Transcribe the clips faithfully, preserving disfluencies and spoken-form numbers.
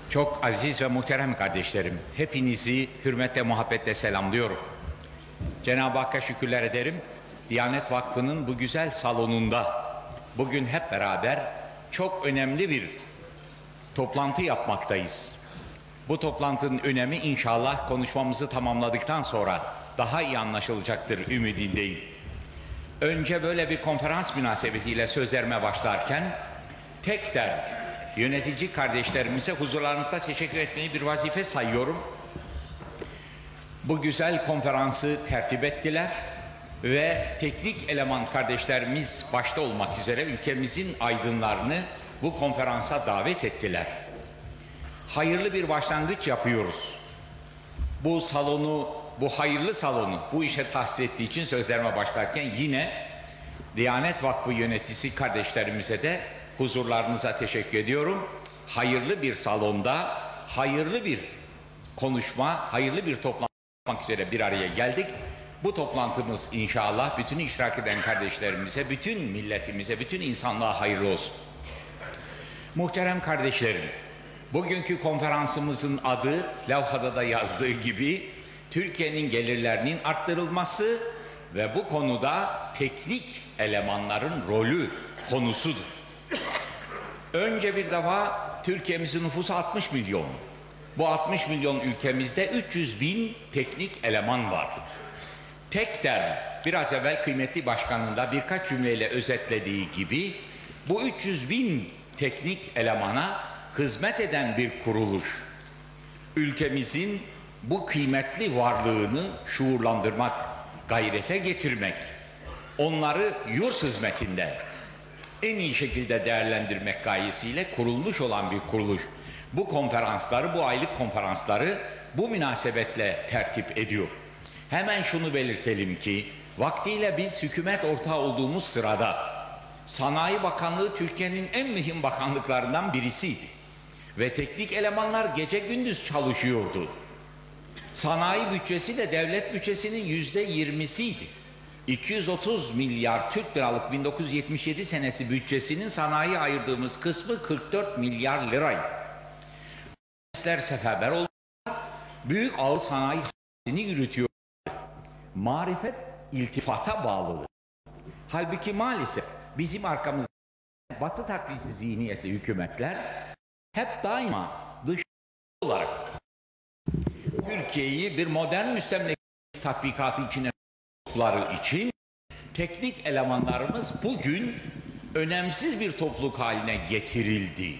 Çok aziz ve muhterem kardeşlerim, hepinizi hürmetle, muhabbetle selamlıyorum. Cenab-ı Hakk'a şükürler ederim. Diyanet Vakfı'nın bu güzel salonunda bugün hep beraber çok önemli bir toplantı yapmaktayız. Bu toplantının önemi inşallah konuşmamızı tamamladıktan sonra daha iyi anlaşılacaktır ümidindeyim. Önce böyle bir konferans münasebetiyle sözlerime başlarken tekrar yönetici kardeşlerimize huzurlarınızda teşekkür etmeyi bir vazife sayıyorum. Bu güzel konferansı tertip ettiler ve teknik eleman kardeşlerimiz başta olmak üzere ülkemizin aydınlarını bu konferansa davet ettiler. Hayırlı bir başlangıç yapıyoruz. Bu salonu, bu hayırlı salonu bu işe tahsis ettiği için sözlerime başlarken yine Diyanet Vakfı yöneticisi kardeşlerimize de huzurlarınıza teşekkür ediyorum. Hayırlı bir salonda, hayırlı bir konuşma, hayırlı bir toplantı yapmak üzere bir araya geldik. Bu toplantımız inşallah bütün iştirak eden kardeşlerimize, bütün milletimize, bütün insanlığa hayırlı olsun. Muhterem kardeşlerim, bugünkü konferansımızın adı, levhada da yazdığı gibi, Türkiye'nin gelirlerinin arttırılması ve bu konuda teknik elemanların rolü konusudur. Önce bir defa Türkiye'mizin nüfusu altmış milyon. Bu altmış milyon ülkemizde üç yüz bin teknik eleman var. Tekder biraz evvel kıymetli başkanın da birkaç cümleyle özetlediği gibi bu üç yüz bin teknik elemana hizmet eden bir kuruluş. Ülkemizin bu kıymetli varlığını şuurlandırmak, gayrete getirmek, onları yurt hizmetinde en iyi şekilde değerlendirmek gayesiyle kurulmuş olan bir kuruluş. Bu konferansları, bu aylık konferansları bu münasebetle tertip ediyor. Hemen şunu belirtelim ki, vaktiyle biz hükümet ortağı olduğumuz sırada Sanayi Bakanlığı Türkiye'nin en mühim bakanlıklarından birisiydi. Ve teknik elemanlar gece gündüz çalışıyordu. Sanayi bütçesi de devlet bütçesinin yüzde yirmisiydi. iki yüz otuz milyar Türk liralık bin dokuz yüz yetmiş yedi senesi bütçesinin sanayiye ayırdığımız kısmı kırk dört milyar liraydı. Mühendisler seferber oldular, büyük ağır sanayi hareketini yürütüyor. Marifet iltifata bağlıdır. Halbuki maalesef bizim arkamızda Batı taklitçi zihniyetli hükümetler hep daima dış olarak Türkiye'yi bir modern müstemleke tatbikatı içine soktukları için teknik elemanlarımız bugün önemsiz bir topluluk haline getirildi.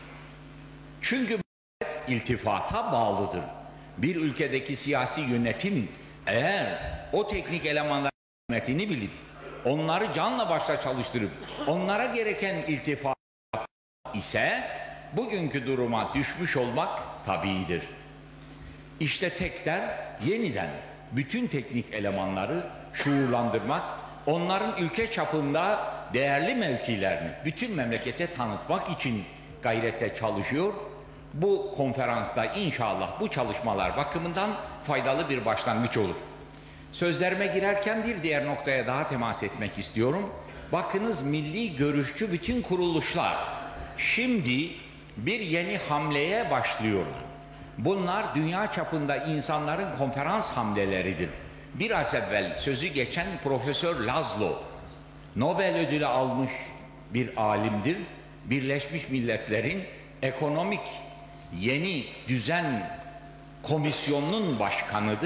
Çünkü iltifata bağlıdır. Bir ülkedeki siyasi yönetim eğer o teknik elemanların hizmetini bilip onları canla başla çalıştırıp onlara gereken iltifat ise bugünkü duruma düşmüş olmak tabiidir. İşte tekrar yeniden bütün teknik elemanları şuurlandırmak, onların ülke çapında değerli mevkilerini bütün memlekete tanıtmak için gayretle çalışıyor. Bu konferansta inşallah bu çalışmalar bakımından faydalı bir başlangıç olur. Sözlerime girerken bir diğer noktaya daha temas etmek istiyorum. Bakınız, milli görüşçü bütün kuruluşlar şimdi bir yeni hamleye başlıyorlar. Bunlar dünya çapında insanların konferans hamleleridir. Biraz evvel sözü geçen Profesör Laszlo, Nobel ödülü almış bir alimdir. Birleşmiş Milletler'in ekonomik yeni düzen komisyonunun başkanıdır.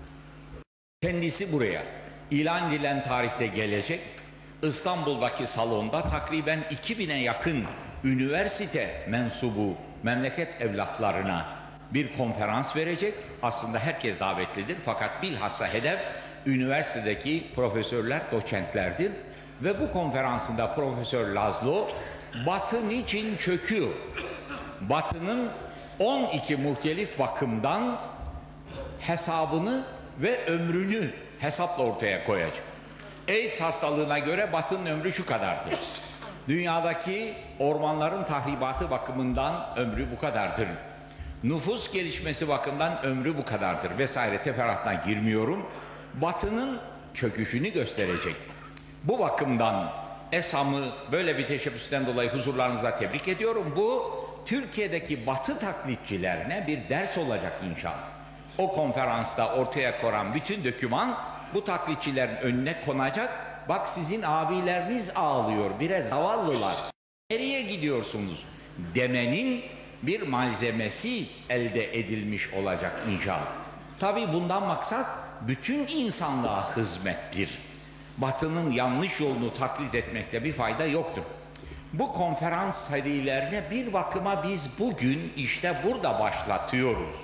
Kendisi buraya ilan edilen tarihte gelecek. İstanbul'daki salonda takriben iki bine yakın üniversite mensubu memleket evlatlarına bir konferans verecek. Aslında herkes davetlidir fakat bilhassa hedef üniversitedeki profesörler, doçentlerdir. Ve bu konferansında Profesör Laszlo Batı niçin çöküyor? Batı'nın on iki muhtelif bakımdan hesabını ve ömrünü hesapla ortaya koyacak. AIDS hastalığına göre Batı'nın ömrü şu kadardır. Dünyadaki ormanların tahribatı bakımından ömrü bu kadardır. Nüfus gelişmesi bakımından ömrü bu kadardır vesaire, teferruatına girmiyorum. Batı'nın çöküşünü gösterecek. Bu bakımdan E S A M'ı böyle bir teşebbüsten dolayı huzurlarınızda tebrik ediyorum. Bu Türkiye'deki Batı taklitçilerine bir ders olacak inşallah. O konferansta ortaya konan bütün doküman bu taklitçilerin önüne konacak. Bak sizin abileriniz ağlıyor, biraz zavallılar. Nereye gidiyorsunuz demenin bir malzemesi elde edilmiş olacak inşallah. Tabii bundan maksat bütün insanlığa hizmettir. Batı'nın yanlış yolunu taklit etmekte bir fayda yoktur. Bu konferans serilerine bir bakıma biz bugün işte burada başlatıyoruz.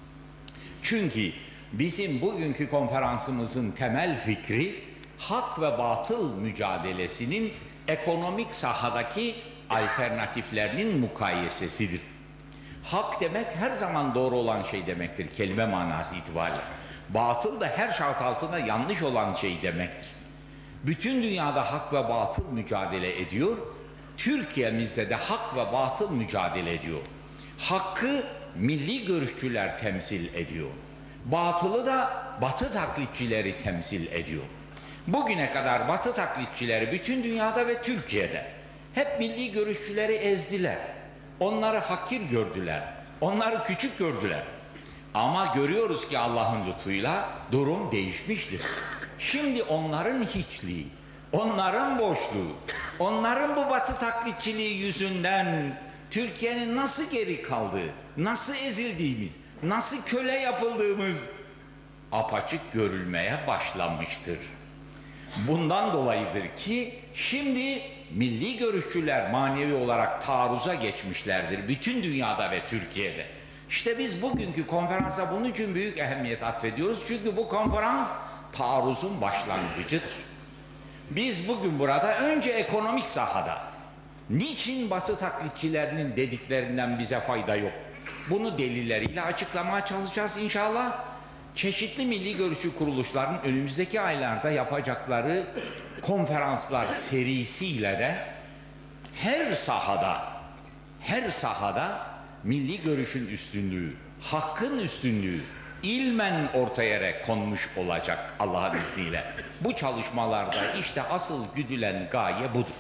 Çünkü bizim bugünkü konferansımızın temel fikri hak ve batıl mücadelesinin ekonomik sahadaki alternatiflerinin mukayesesidir. Hak demek her zaman doğru olan şey demektir kelime manası itibariyle. Batıl da her şart altında yanlış olan şey demektir. Bütün dünyada hak ve batıl mücadele ediyor. Türkiye'mizde de hak ve batıl mücadele ediyor. Hakkı milli görüşçüler temsil ediyor. Batılı da Batı taklitçileri temsil ediyor. Bugüne kadar Batı taklitçileri bütün dünyada ve Türkiye'de hep milli görüşçüleri ezdiler. Onları hakir gördüler. Onları küçük gördüler. Ama görüyoruz ki Allah'ın lütfuyla durum değişmiştir. Şimdi onların hiçliği, onların boşluğu, onların bu Batı taklitçiliği yüzünden Türkiye'nin nasıl geri kaldığı, nasıl ezildiğimiz, nasıl köle yapıldığımız apaçık görülmeye başlanmıştır. Bundan dolayıdır ki şimdi milli görüşçüler manevi olarak taarruza geçmişlerdir bütün dünyada ve Türkiye'de. İşte biz bugünkü konferansa bunun için büyük ehemmiyet atfediyoruz. Çünkü bu konferans taarruzun başlangıcıdır. Biz bugün burada önce ekonomik sahada, niçin Batı taklitçilerinin dediklerinden bize fayda yok? Bunu delilleriyle açıklamaya çalışacağız inşallah. Çeşitli milli görüşçü kuruluşların önümüzdeki aylarda yapacakları konferanslar serisiyle de her sahada, her sahada milli görüşün üstünlüğü, hakkın üstünlüğü ilmen ortaya konmuş olacak Allah'ın izniyle. Bu çalışmalarda işte asıl güdülen gaye budur.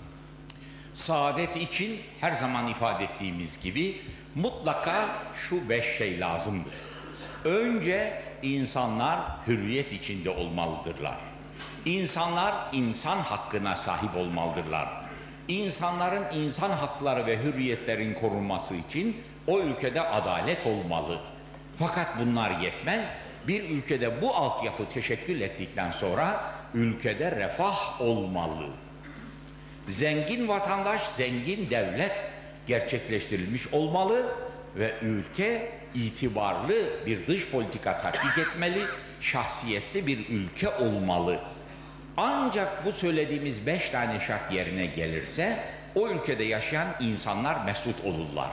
Saadet için her zaman ifade ettiğimiz gibi mutlaka şu beş şey lazımdır. Önce insanlar hürriyet içinde olmalıdırlar. İnsanlar insan hakkına sahip olmalıdırlar. İnsanların insan hakları ve hürriyetlerin korunması için o ülkede adalet olmalı. Fakat bunlar yetmez. Bir ülkede bu altyapı teşekkül ettikten sonra ülkede refah olmalı. Zengin vatandaş, zengin devlet gerçekleştirilmiş olmalı ve ülke itibarlı bir dış politika tatbik etmeli, şahsiyetli bir ülke olmalı. Ancak bu söylediğimiz beş tane şart yerine gelirse o ülkede yaşayan insanlar mesut olurlar.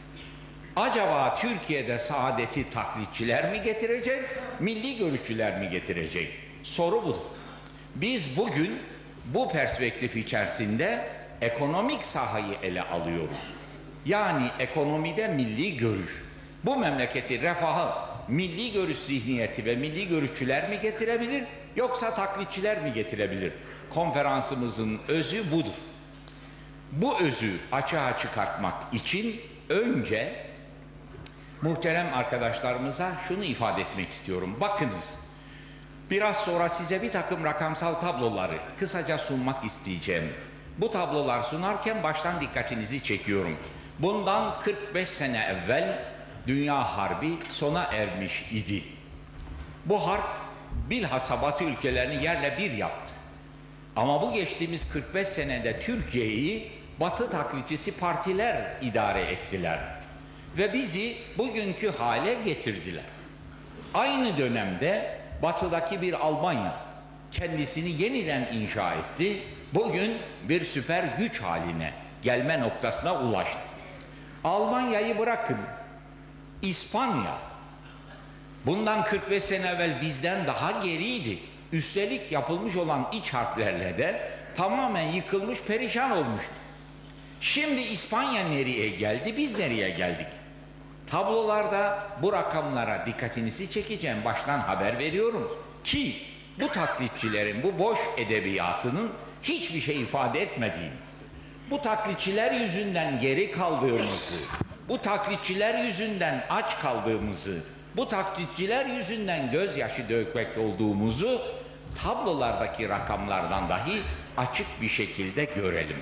Acaba Türkiye'de saadeti taklitçiler mi getirecek, milli görüşçüler mi getirecek? Soru budur. Biz bugün bu perspektif içerisinde ekonomik sahayı ele alıyoruz. Yani ekonomide milli görüş. Bu memleketi refahı milli görüş zihniyeti ve milli görüşçüler mi getirebilir yoksa taklitçiler mi getirebilir? Konferansımızın özü budur. Bu özü açığa çıkartmak için önce muhterem arkadaşlarımıza şunu ifade etmek istiyorum. Bakınız, biraz sonra size bir takım rakamsal tabloları kısaca sunmak isteyeceğim. Bu tablolar sunarken baştan dikkatinizi çekiyorum. Bundan kırk beş sene evvel Dünya Harbi sona ermiş idi. Bu harp bilhassa Batı ülkelerini yerle bir yaptı. Ama bu geçtiğimiz kırk beş senede Türkiye'yi Batı taklitçisi partiler idare ettiler. Ve bizi bugünkü hale getirdiler. Aynı dönemde Batı'daki bir Almanya kendisini yeniden inşa etti. Bugün bir süper güç haline gelme noktasına ulaştı. Almanya'yı bırakın, İspanya bundan kırk beş sene evvel bizden daha geriydi. Üstelik yapılmış olan iç harplerle de tamamen yıkılmış, perişan olmuştu. Şimdi İspanya nereye geldi, biz nereye geldik? Tablolarda bu rakamlara dikkatinizi çekeceğim, baştan haber veriyorum ki bu taklitçilerin bu boş edebiyatının hiçbir şey ifade etmediğini, Bu taklitçiler yüzünden geri kaldığımızı, bu taklitçiler yüzünden aç kaldığımızı, bu taklitçiler yüzünden gözyaşı dökmekte olduğumuzu tablolardaki rakamlardan dahi açık bir şekilde görelim.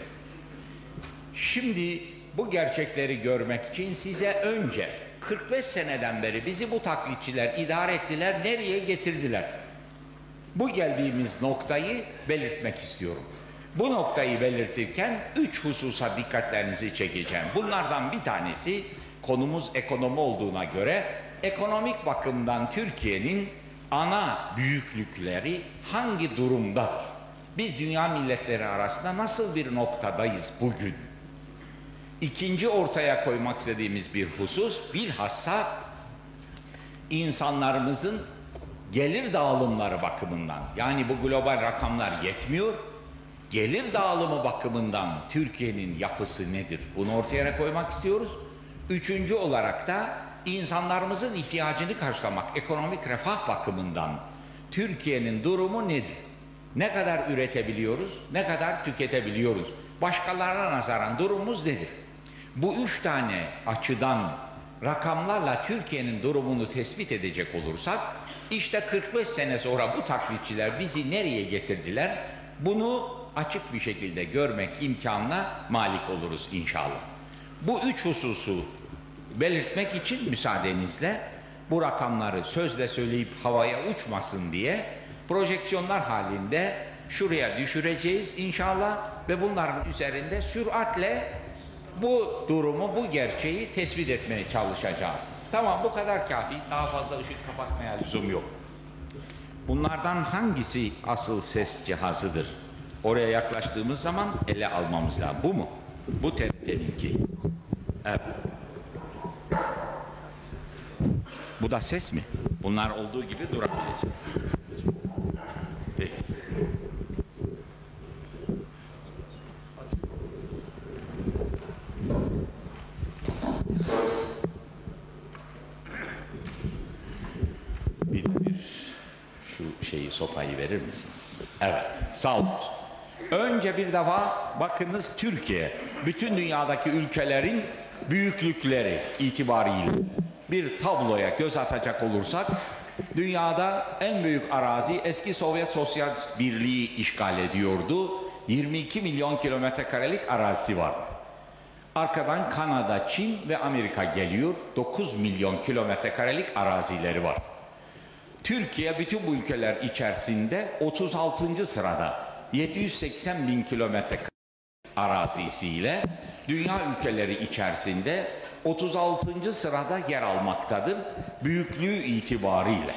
Şimdi bu gerçekleri görmek için size önce kırk beş seneden beri bizi bu taklitçiler idare ettiler, nereye getirdiler? Bu geldiğimiz noktayı belirtmek istiyorum. Bu noktayı belirtirken üç hususa dikkatlerinizi çekeceğim. Bunlardan bir tanesi, konumuz ekonomi olduğuna göre, ekonomik bakımdan Türkiye'nin ana büyüklükleri hangi durumda? Biz dünya milletleri arasında nasıl bir noktadayız bugün? İkinci ortaya koymak istediğimiz bir husus, bilhassa insanlarımızın gelir dağılımları bakımından, yani bu global rakamlar yetmiyor, gelir dağılımı bakımından Türkiye'nin yapısı nedir? Bunu ortaya koymak istiyoruz. Üçüncü olarak da insanlarımızın ihtiyacını karşılamak, ekonomik refah bakımından Türkiye'nin durumu nedir? Ne kadar üretebiliyoruz, ne kadar tüketebiliyoruz? Başkalarına nazaran durumumuz nedir? Bu üç tane açıdan rakamlarla Türkiye'nin durumunu tespit edecek olursak, işte kırk beş sene sonra bu taklitçiler bizi nereye getirdiler? Bunu açık bir şekilde görmek imkanına malik oluruz inşallah. Bu üç hususu belirtmek için müsaadenizle bu rakamları sözle söyleyip havaya uçmasın diye projeksiyonlar halinde şuraya düşüreceğiz inşallah ve bunların üzerinde süratle bu durumu, bu gerçeği tespit etmeye çalışacağız. Tamam, bu kadar kafi. Daha fazla ışık kapatmaya lüzum yok. Bunlardan hangisi asıl ses cihazıdır? Oraya yaklaştığımız zaman ele almamız lazım. Bu mu? Bu T R T'ninki. Evet. Bu da ses mi? Bunlar olduğu gibi durabilecek. Peki. Bir, bir şu şeyi, sopayı verir misiniz? Evet, sağ olun. Önce bir defa bakınız Türkiye, bütün dünyadaki ülkelerin büyüklükleri itibariyle bir tabloya göz atacak olursak, dünyada en büyük arazi eski Sovyet Sosyalist Birliği işgal ediyordu. yirmi iki milyon kilometre karelik arazisi vardı. Arkadan Kanada, Çin ve Amerika geliyor. dokuz milyon kilometre karelik arazileri var. Türkiye bütün bu ülkeler içerisinde otuz altıncı sırada yedi yüz seksen bin kilometre arazisiyle dünya ülkeleri içerisinde otuz altıncı sırada yer almaktadır büyüklüğü itibariyle.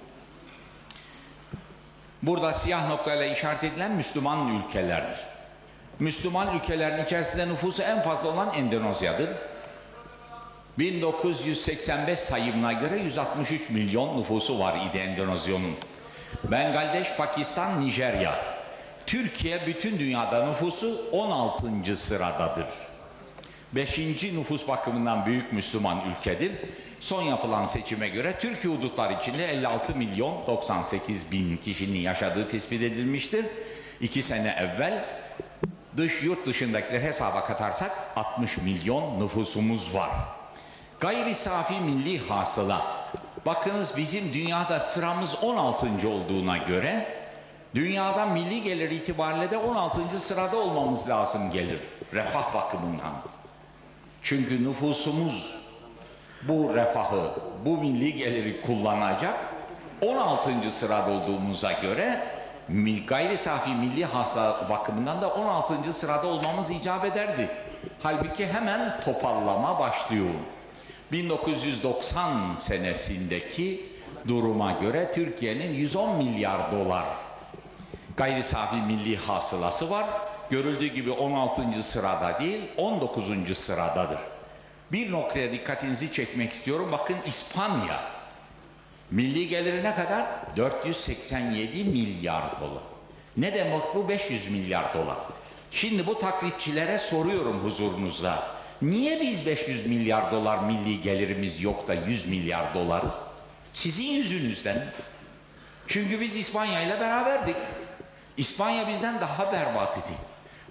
Burada siyah noktayla işaret edilen Müslüman ülkelerdir. Müslüman ülkelerin içerisinde nüfusu en fazla olan Endonezya'dır. bin dokuz yüz seksen beş sayımına göre yüz altmış üç milyon nüfusu var idi Endonezya'nın. Bangladeş, Pakistan, Nijerya. Türkiye bütün dünyada nüfusu on altıncı sıradadır. beşinci nüfus bakımından büyük Müslüman ülkedir. Son yapılan seçime göre Türkiye hudutları içinde elli altı milyon doksan sekiz bin kişinin yaşadığı tespit edilmiştir. İki sene evvel dış yurt dışındakileri hesaba katarsak altmış milyon nüfusumuz var. Gayri safi milli hasıla. Bakınız bizim dünyada sıramız on altıncı olduğuna göre dünyada milli gelir itibariyle de on altıncı sırada olmamız lazım gelir. Refah bakımından. Çünkü nüfusumuz bu refahı, bu milli geliri kullanacak. on altıncı sırada olduğumuza göre gayri safi milli hasıla bakımından da on altıncı sırada olmamız icap ederdi. Halbuki hemen topallama başlıyor. bin dokuz yüz doksan senesindeki duruma göre Türkiye'nin yüz on milyar dolar gayri safi milli hasılası var. Görüldüğü gibi on altıncı sırada değil, on dokuzuncu sıradadır. Bir noktaya dikkatinizi çekmek istiyorum. Bakın İspanya. Milli geliri ne kadar? dört yüz seksen yedi milyar dolar. Ne demek bu? beş yüz milyar dolar. Şimdi bu taklitçilere soruyorum huzurunuzda. Niye biz beş yüz milyar dolar milli gelirimiz yok da yüz milyar dolarız? Sizin yüzünüzden. Çünkü biz İspanya ile beraberdik. İspanya bizden daha berbat idi.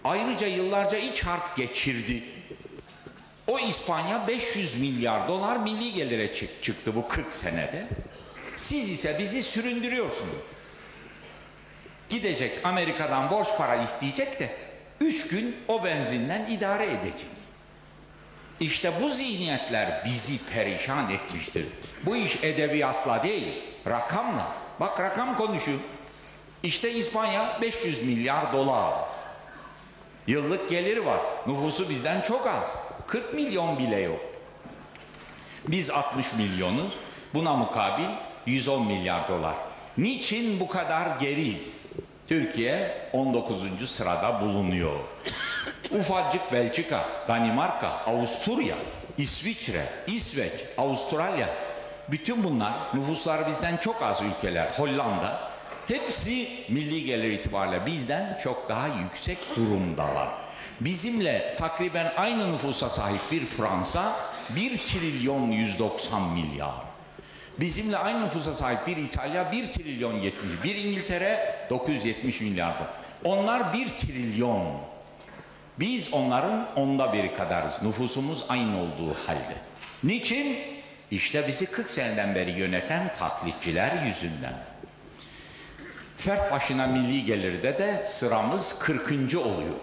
Ayrıca yıllarca iç harp geçirdi. O İspanya beş yüz milyar dolar milli gelire çıktı bu kırk senede. Siz ise bizi süründürüyorsunuz. Gidecek Amerika'dan borç para isteyecek de üç gün o benzinden idare edecek. İşte bu zihniyetler bizi perişan etmiştir. Bu iş edebiyatla değil, rakamla. Bak rakam konuşuyor. İşte İspanya beş yüz milyar dolar. Yıllık geliri var. Nüfusu bizden çok az. kırk milyon bile yok. Biz altmış milyonuz. Buna mukabil yüz on milyar dolar. Niçin bu kadar geriyiz? Türkiye on dokuzuncu sırada bulunuyor. Ufacık Belçika, Danimarka, Avusturya, İsviçre, İsveç, Avustralya, bütün bunlar nüfusları bizden çok az ülkeler, Hollanda, hepsi milli gelir itibariyle bizden çok daha yüksek durumdalar. Bizimle takriben aynı nüfusa sahip bir Fransa bir trilyon yüz doksan milyar. Bizimle aynı nüfusa sahip bir İtalya bir trilyon yetmiş, bir İngiltere dokuz yüz yetmiş milyardır. Onlar bir trilyon. Biz onların onda biri kadarız. Nüfusumuz aynı olduğu halde. Niçin? İşte bizi kırk seneden beri yöneten taklitçiler yüzünden. Fert başına milli gelirde de sıramız kırkıncı oluyor.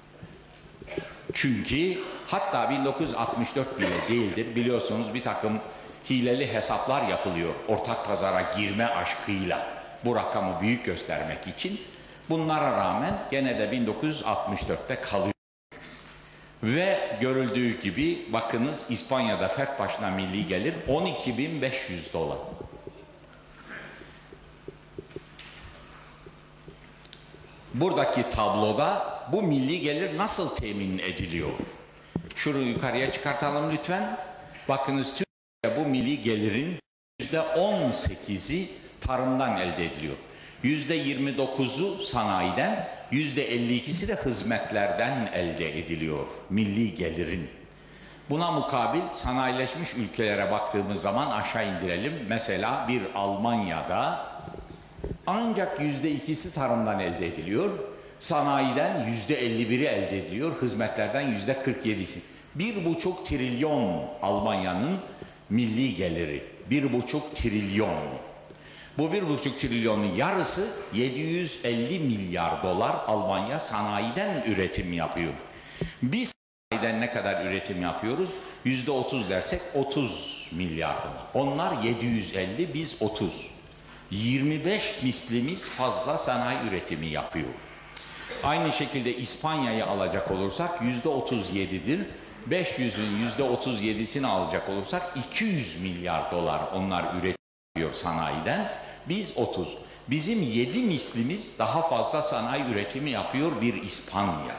Çünkü hatta bin dokuz yüz altmış dört bile değildir. Biliyorsunuz bir takım hileli hesaplar yapılıyor. Ortak pazara girme aşkıyla bu rakamı büyük göstermek için. Bunlara rağmen gene de bin dokuz yüz altmış dörtte kalıyor. Ve görüldüğü gibi bakınız İspanya'da fert başına milli gelir on iki bin beş yüz dolar. Buradaki tabloda bu milli gelir nasıl temin ediliyor? Şunu yukarıya çıkartalım lütfen. Bakınız Türkiye'de bu milli gelirin yüzde on sekizi tarımdan elde ediliyor. Yüzde yirmi dokuzu sanayiden, yüzde elli ikisi de hizmetlerden elde ediliyor milli gelirin. Buna mukabil sanayileşmiş ülkelere baktığımız zaman aşağı indirelim. Mesela bir Almanya'da ancak yüzde ikisi tarımdan elde ediliyor. Sanayiden yüzde elli biri elde ediliyor. Hizmetlerden yüzde kırk yedisi. Bir buçuk trilyon Almanya'nın milli geliri. Bir buçuk trilyon. Bu bir buçuk trilyonun yarısı yedi yüz elli milyar dolar Almanya sanayiden üretim yapıyor. Biz sanayiden ne kadar üretim yapıyoruz? Yüzde otuz dersek otuz milyar dolar. Onlar yedi yüz elli, biz otuz. yirmi beş mislimiz fazla sanayi üretimi yapıyor. Aynı şekilde İspanya'yı alacak olursak yüzde otuz yedidir. beş yüzün yüzde otuz yedisini alacak olursak iki yüz milyar dolar onlar üretiyor sanayiden. Biz otuz. Bizim yedi mislimiz daha fazla sanayi üretimi yapıyor bir İspanya.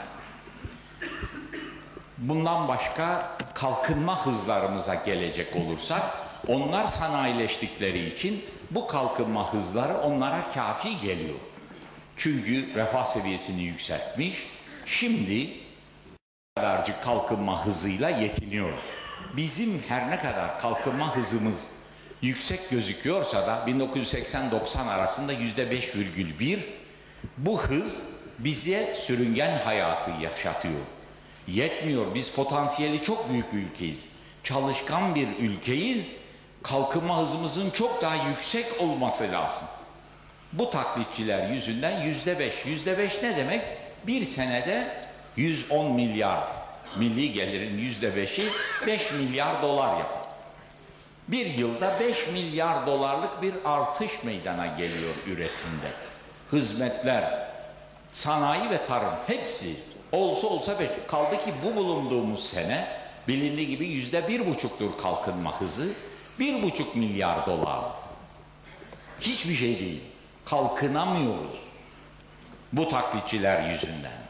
Bundan başka kalkınma hızlarımıza gelecek olursak, onlar sanayileştikleri için bu kalkınma hızları onlara kafi geliyor. Çünkü refah seviyesini yükseltmiş, şimdi kadarcık kalkınma hızıyla yetiniyor. Bizim her ne kadar kalkınma hızımız yüksek gözüküyorsa da bin dokuz yüz seksen doksan arasında yüzde beş virgül bir, bu hız bize sürüngen hayatı yaşatıyor. Yetmiyor, biz potansiyeli çok büyük bir ülkeyiz. Çalışkan bir ülkeyiz, kalkınma hızımızın çok daha yüksek olması lazım. Bu taklitçiler yüzünden yüzde beş, yüzde beş ne demek? Bir senede yüz on milyar milli gelirin yüzde beşi beş milyar dolar yapar. Bir yılda beş milyar dolarlık bir artış meydana geliyor üretimde. Hizmetler, sanayi ve tarım hepsi olsa olsa beş. Kaldı ki bu bulunduğumuz sene bilindiği gibi yüzde bir buçuktur kalkınma hızı. Bir buçuk milyar dolar. Hiçbir şey değil. Kalkınamıyoruz. Bu taklitçiler yüzünden.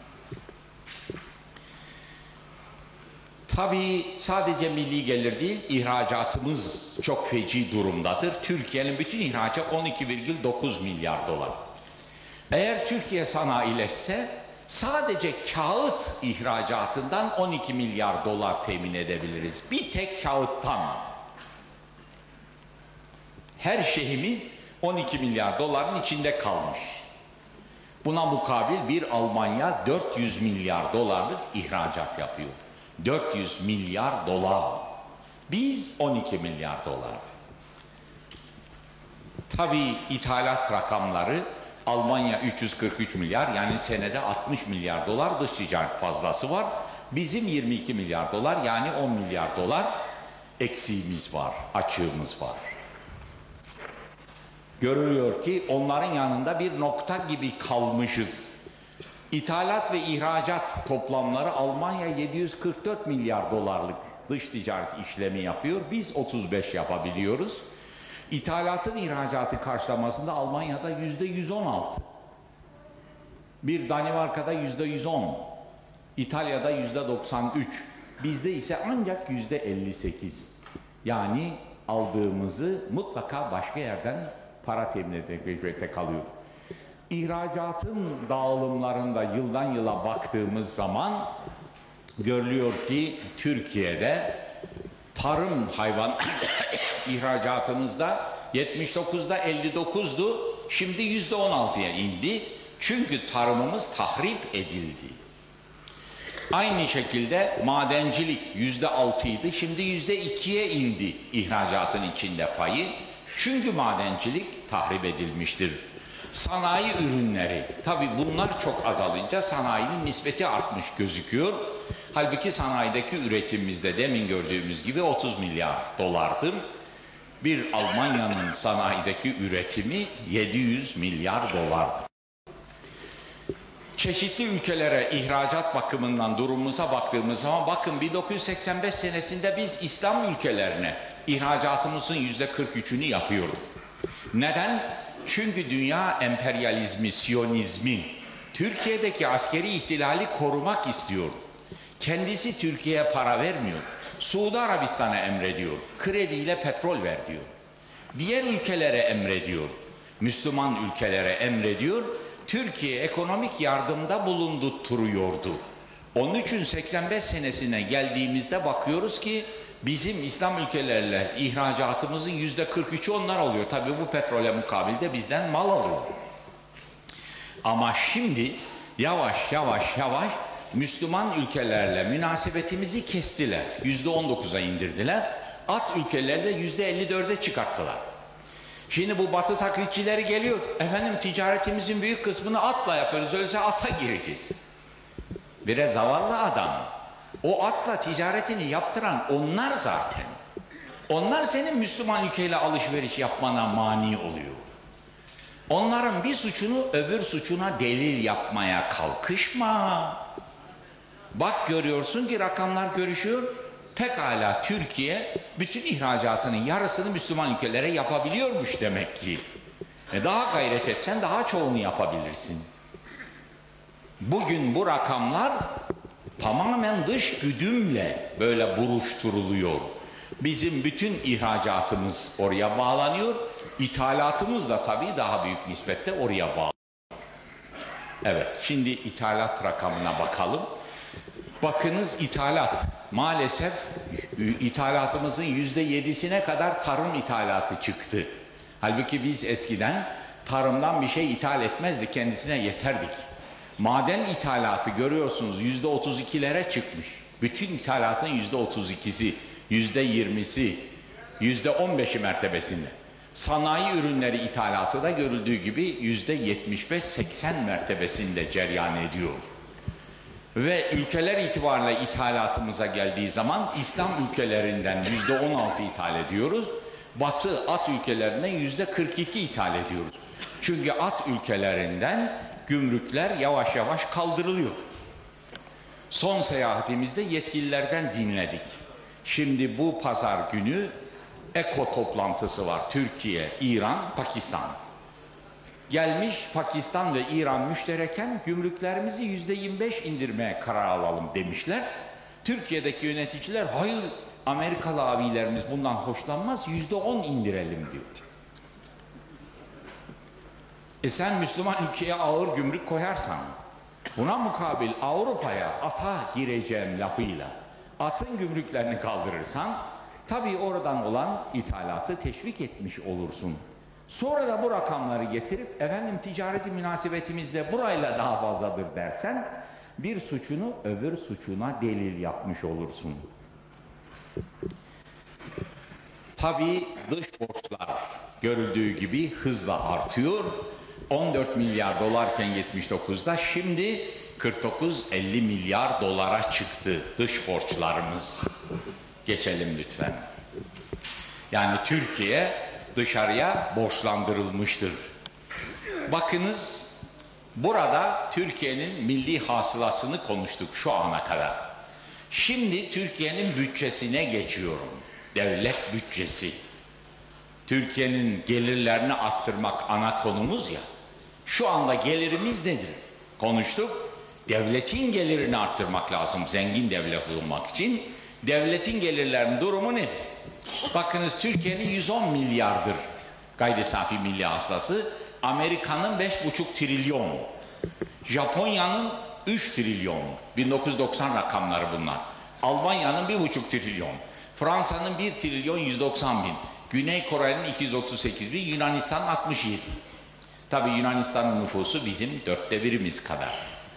Tabii sadece milli gelir değil, ihracatımız çok feci durumdadır. Türkiye'nin bütün ihracı on iki virgül dokuz milyar dolar. Eğer Türkiye sanayileşse sadece kağıt ihracatından on iki milyar dolar temin edebiliriz. Bir tek kağıttan. Her şeyimiz on iki milyar doların içinde kalmış. Buna mukabil bir Almanya dört yüz milyar dolarlık ihracat yapıyor. dört yüz milyar dolar. Biz on iki milyar dolar. Tabii ithalat rakamları Almanya üç yüz kırk üç milyar, yani senede altmış milyar dolar dış ticaret fazlası var. Bizim yirmi iki milyar dolar, yani on milyar dolar eksiğimiz var, açığımız var. Görülüyor ki onların yanında bir nokta gibi kalmışız. İthalat ve ihracat toplamları Almanya yedi yüz kırk dört milyar dolarlık dış ticaret işlemi yapıyor. Biz otuz beş yapabiliyoruz. İthalatın ihracatı karşılamasında Almanya'da yüzde yüz on altı. Bir Danimarka'da yüzde yüz on. İtalya'da yüzde doksan üç. Bizde ise ancak yüzde elli sekiz. Yani aldığımızı mutlaka başka yerden para temin etmekte kalıyor. İhracatın dağılımlarında yıldan yıla baktığımız zaman görülüyor ki Türkiye'de tarım hayvan ihracatımızda yetmiş dokuzda elli dokuzdu, şimdi yüzde on altıya indi. Çünkü tarımımız tahrip edildi. Aynı şekilde madencilik yüzde altıydı, şimdi yüzde ikiye indi ihracatın içinde payı. Çünkü madencilik tahrip edilmiştir. Sanayi ürünleri, tabi bunlar çok azalınca sanayinin nispeti artmış gözüküyor. Halbuki sanayideki üretimimizde demin gördüğümüz gibi otuz milyar dolardır. Bir Almanya'nın sanayideki üretimi yedi yüz milyar dolardır. Çeşitli ülkelere ihracat bakımından durumumuza baktığımız zaman bakın bin dokuz yüz seksen beş senesinde biz İslam ülkelerine ihracatımızın yüzde kırk üçünü yapıyorduk. Neden? Çünkü dünya emperyalizmi, siyonizmi, Türkiye'deki askeri ihtilali korumak istiyor. Kendisi Türkiye'ye para vermiyor. Suudi Arabistan'a emrediyor. Krediyle petrol ver diyor. Diğer ülkelere emrediyor. Müslüman ülkelere emrediyor. Türkiye ekonomik yardımda bulundurturuyordu. Onun için seksen beş senesine geldiğimizde bakıyoruz ki bizim İslam ülkelerle ihracatımızın yüzde kırk üçü onlar oluyor. Tabii bu petrole mukabilde bizden mal alıyor. Ama şimdi yavaş yavaş yavaş Müslüman ülkelerle münasebetimizi kestiler. yüzde on dokuza indirdiler. At ülkelerle yüzde elli dörde çıkarttılar. Şimdi bu batı taklitçileri geliyor. Efendim ticaretimizin büyük kısmını atla yapıyoruz. Öyleyse ata gireceğiz. Bire zavallı adam. O atla ticaretini yaptıran onlar zaten. Onlar senin Müslüman ülkeyle alışveriş yapmana mani oluyor. Onların bir suçunu öbür suçuna delil yapmaya kalkışma. Bak görüyorsun ki rakamlar görüşüyor. Pekala Türkiye bütün ihracatının yarısını Müslüman ülkelere yapabiliyormuş demek ki. E daha gayret etsen daha çoğunu yapabilirsin. Bugün bu rakamlar tamamen dış güdümle böyle buruşturuluyor. Bizim bütün ihracatımız oraya bağlanıyor. İthalatımız da tabii daha büyük nispette oraya bağlı. Evet, şimdi ithalat rakamına bakalım. Bakınız ithalat. Maalesef ithalatımızın yüzde yedisine kadar tarım ithalatı çıktı. Halbuki biz eskiden tarımdan bir şey ithal etmezdik, kendisine yeterdik. Maden ithalatı görüyorsunuz yüzde otuz ikilere çıkmış. Bütün ithalatın yüzde otuz ikisi, yüzde yirmisi, yüzde on beşi mertebesinde. Sanayi ürünleri ithalatı da görüldüğü gibi yüzde yetmiş beş seksen mertebesinde cereyan ediyor. Ve ülkeler itibariyle ithalatımıza geldiği zaman İslam ülkelerinden yüzde on altı ithal ediyoruz. Batı at ülkelerinden yüzde kırk iki ithal ediyoruz. Çünkü at ülkelerinden gümrükler yavaş yavaş kaldırılıyor. Son seyahatimizde yetkililerden dinledik. Şimdi bu pazar günü EKO toplantısı var. Türkiye, İran, Pakistan. Gelmiş Pakistan ve İran müştereken gümrüklerimizi yüzde yirmi beş indirmeye karar alalım demişler. Türkiye'deki yöneticiler hayır Amerikalı abilerimiz bundan hoşlanmaz yüzde on indirelim diyor. E sen Müslüman ülkeye ağır gümrük koyarsan buna mukabil Avrupa'ya ata gireceğim lafıyla atın gümrüklerini kaldırırsan tabii oradan olan ithalatı teşvik etmiş olursun. Sonra da bu rakamları getirip efendim ticareti münasebetimizde burayla daha fazladır dersen bir suçunu öbür suçuna delil yapmış olursun. Tabii dış borçlar görüldüğü gibi hızla artıyor. on dört milyar dolarken yetmiş dokuzda şimdi kırk dokuz elli milyar dolara çıktı dış borçlarımız. Geçelim lütfen. Yani Türkiye dışarıya borçlandırılmıştır. Bakınız burada Türkiye'nin milli hasılasını konuştuk şu ana kadar. Şimdi Türkiye'nin bütçesine geçiyorum. Devlet bütçesi. Türkiye'nin gelirlerini arttırmak ana konumuz ya. Şu anda gelirimiz nedir? Konuştuk. Devletin gelirini arttırmak lazım zengin devlet olmak için. Devletin gelirlerinin durumu nedir? Bakınız Türkiye'nin yüz on milyardır gayri safi milli hasılası. Amerika'nın beş buçuk trilyon. Japonya'nın üç trilyon. bin dokuz yüz doksan rakamları bunlar. Almanya'nın bir buçuk trilyon. Fransa'nın bir trilyon yüz doksan bin. Güney Kore'nin iki yüz otuz sekiz bin. Yunanistan'ın altmış yedi. Tabii Yunanistan'ın nüfusu bizim dörtte birimiz kadar.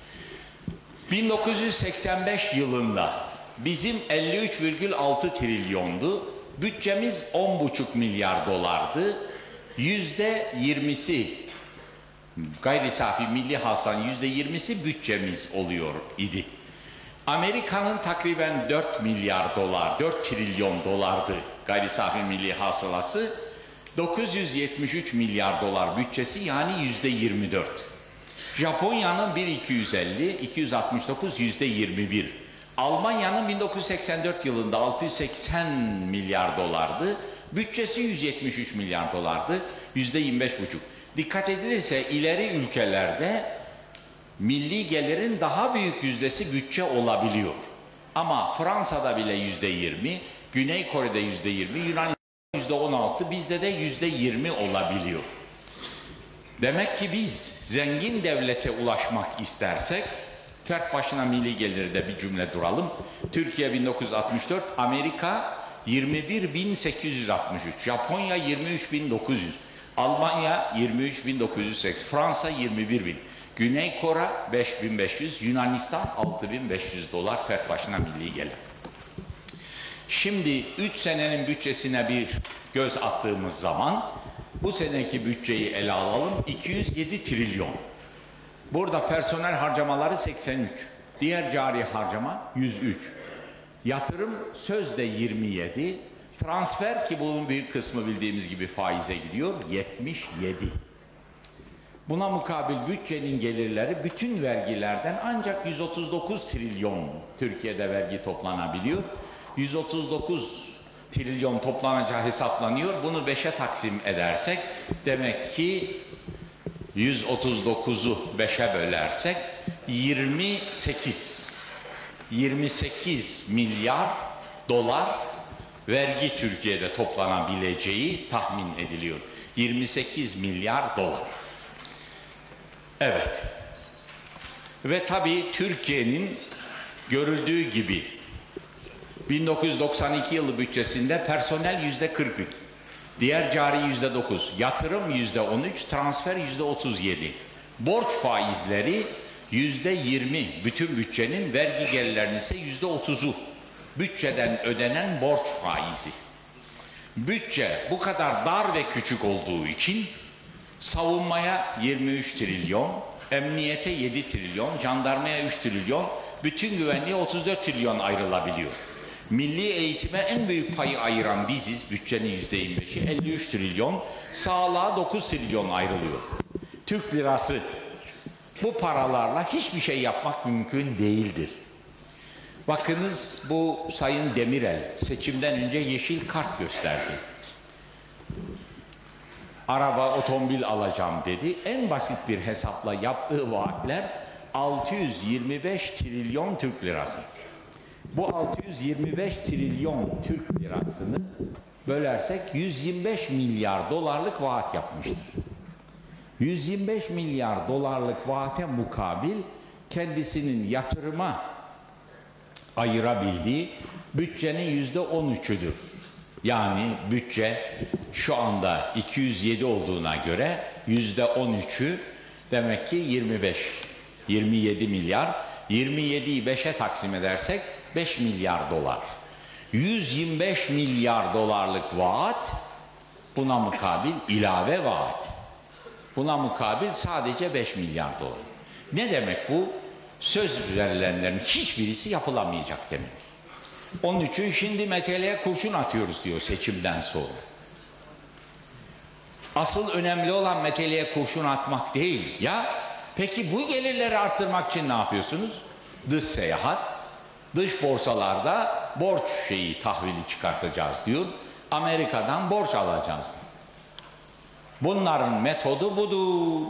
bin dokuz yüz seksen beş yılında bizim elli üç virgül altı trilyondu. Bütçemiz on buçuk milyar dolardı. Yüzde yirmisi gayri safi milli hasılanın yüzde yirmisi bütçemiz oluyor idi. Amerika'nın takriben dört milyar dolar, dört trilyon dolardı gayri safi milli hasılası. dokuz yüz yetmiş üç milyar dolar bütçesi yani yüzde yirmi dört. Japonya'nın bin iki yüz elli, iki yüz altmış dokuz yüzde yirmi bir. Almanya'nın bin dokuz yüz seksen dört yılında altı yüz seksen milyar dolardı. Bütçesi yüz yetmiş üç milyar dolardı. Yüzde yirmi beş buçuk. Dikkat edilirse ileri ülkelerde milli gelirin daha büyük yüzdesi bütçe olabiliyor. Ama Fransa'da bile yüzde yirmi, Güney Kore'de yüzde yirmi, Yunanistan'da yüzde on altı, bizde de yüzde yirmi olabiliyor. Demek ki biz zengin devlete ulaşmak istersek, fert başına milli geliri de bir cümle duralım. Türkiye bin dokuz yüz altmış dört, Amerika yirmi bir bin sekiz yüz altmış üç, Japonya yirmi üç bin dokuz yüz, Almanya yirmi üç bin dokuz yüz seksen, Fransa yirmi bir bin, Güney Kore beş bin beş yüz, Yunanistan altı bin beş yüz dolar fert başına milli gelir. Şimdi üç senenin bütçesine bir göz attığımız zaman bu seneki bütçeyi ele alalım. iki yüz yedi trilyon. Burada personel harcamaları seksen üç. Diğer cari harcama yüz üç. Yatırım sözde yirmi yedi. Transfer ki bunun büyük kısmı bildiğimiz gibi faize gidiyor yetmiş yedi. Buna mukabil bütçenin gelirleri bütün vergilerden ancak yüz otuz dokuz trilyon Türkiye'de vergi toplanabiliyor. yüz otuz dokuz trilyon toplanacağı hesaplanıyor. Bunu beşe taksim edersek demek ki yüz otuz dokuzu beşe bölersek yirmi sekiz yirmi sekiz milyar dolar vergi Türkiye'de toplanabileceği tahmin ediliyor. yirmi sekiz milyar dolar. Evet. Ve tabii Türkiye'nin görüldüğü gibi bin dokuz yüz doksan iki yılı bütçesinde personel yüzde kırk üç, diğer cari yüzde dokuz, yatırım yüzde on üç, transfer yüzde otuz yedi. Borç faizleri yüzde yirmi, bütün bütçenin vergi gelirlerinin ise yüzde otuzu. Bütçeden ödenen borç faizi. Bütçe bu kadar dar ve küçük olduğu için savunmaya yirmi üç trilyon, emniyete yedi trilyon, jandarmaya üç trilyon, bütün güvenliğe otuz dört trilyon ayrılabiliyor. Milli eğitime en büyük payı ayıran biziz, bütçenin yüzde yirmi beşi, elli üç trilyon, sağlığa dokuz trilyon ayrılıyor. Türk lirası, bu paralarla hiçbir şey yapmak mümkün değildir. Bakınız bu Sayın Demirel seçimden önce yeşil kart gösterdi. Araba, otomobil alacağım dedi. En basit bir hesapla yaptığı vaatler altı yüz yirmi beş trilyon Türk lirası. Bu altı yüz yirmi beş trilyon Türk lirasını bölersek yüz yirmi beş milyar dolarlık vaat yapmıştır. yüz yirmi beş milyar dolarlık vaate mukabil kendisinin yatırıma ayırabildiği bütçenin yüzde on üçüdür. Yani bütçe şu anda iki yüz yedi olduğuna göre yüzde on üçü demek ki yirmi beş, yirmi yedi milyar. yirmi yediyi beşe taksim edersek beş milyar dolar. yüz yirmi beş milyar dolarlık vaat, buna mukabil ilave vaat. Buna mukabil sadece beş milyar dolar. Ne demek bu? Söz verilenlerin hiçbirisi yapılamayacak demek. Onun için şimdi meseleye kurşun atıyoruz diyor seçimden sonra. Asıl önemli olan meseleye kurşun atmak değil. Ya peki bu gelirleri arttırmak için ne yapıyorsunuz? Dış seyahat, dış borsalarda borç şeyi tahvili çıkartacağız diyor. Amerika'dan borç alacağız. Bunların metodu budur.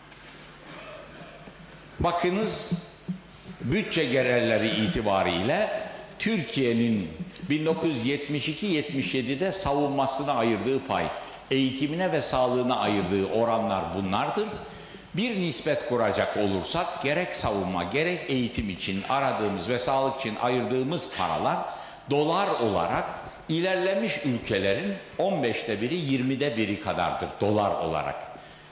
Bakınız bütçe gelirleri itibariyle Türkiye'nin bin dokuz yüz yetmiş iki yetmiş yedi'de savunmasına ayırdığı pay, eğitimine ve sağlığına ayırdığı oranlar bunlardır. Bir nispet kuracak olursak gerek savunma gerek eğitim için aradığımız ve sağlık için ayırdığımız paralar dolar olarak ilerlemiş ülkelerin on beşte biri yirmide biri kadardır dolar olarak.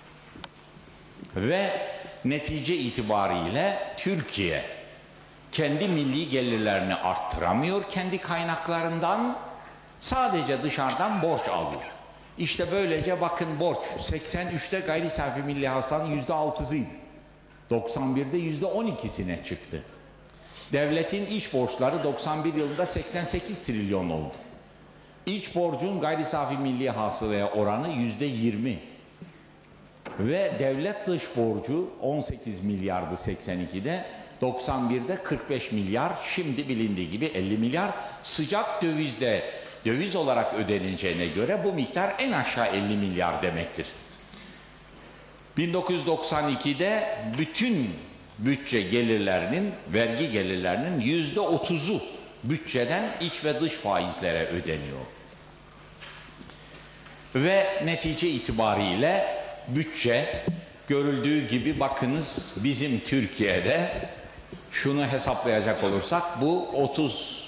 Ve netice itibariyle Türkiye kendi milli gelirlerini arttıramıyor kendi kaynaklarından, sadece dışarıdan borç alıyor. İşte böylece bakın borç seksen üç'te gayri safi milli hasılanın yüzde altısıydı. doksan bir'de yüzde on ikisine çıktı. Devletin iç borçları doksan bir yılında seksen sekiz trilyon oldu. İç borcun gayri safi milli hasılaya oranı yüzde yirmi. Ve devlet dış borcu on sekiz milyardı seksen iki'de, doksan bir'de kırk beş milyar, şimdi bilindiği gibi elli milyar. Sıcak dövizde döviz olarak ödeneceğine göre bu miktar en aşağı elli milyar demektir. bin dokuz yüz doksan iki'de bütün bütçe gelirlerinin, vergi gelirlerinin yüzde otuz'u bütçeden iç ve dış faizlere ödeniyor. Ve netice itibariyle bütçe görüldüğü gibi bakınız bizim Türkiye'de şunu hesaplayacak olursak bu otuz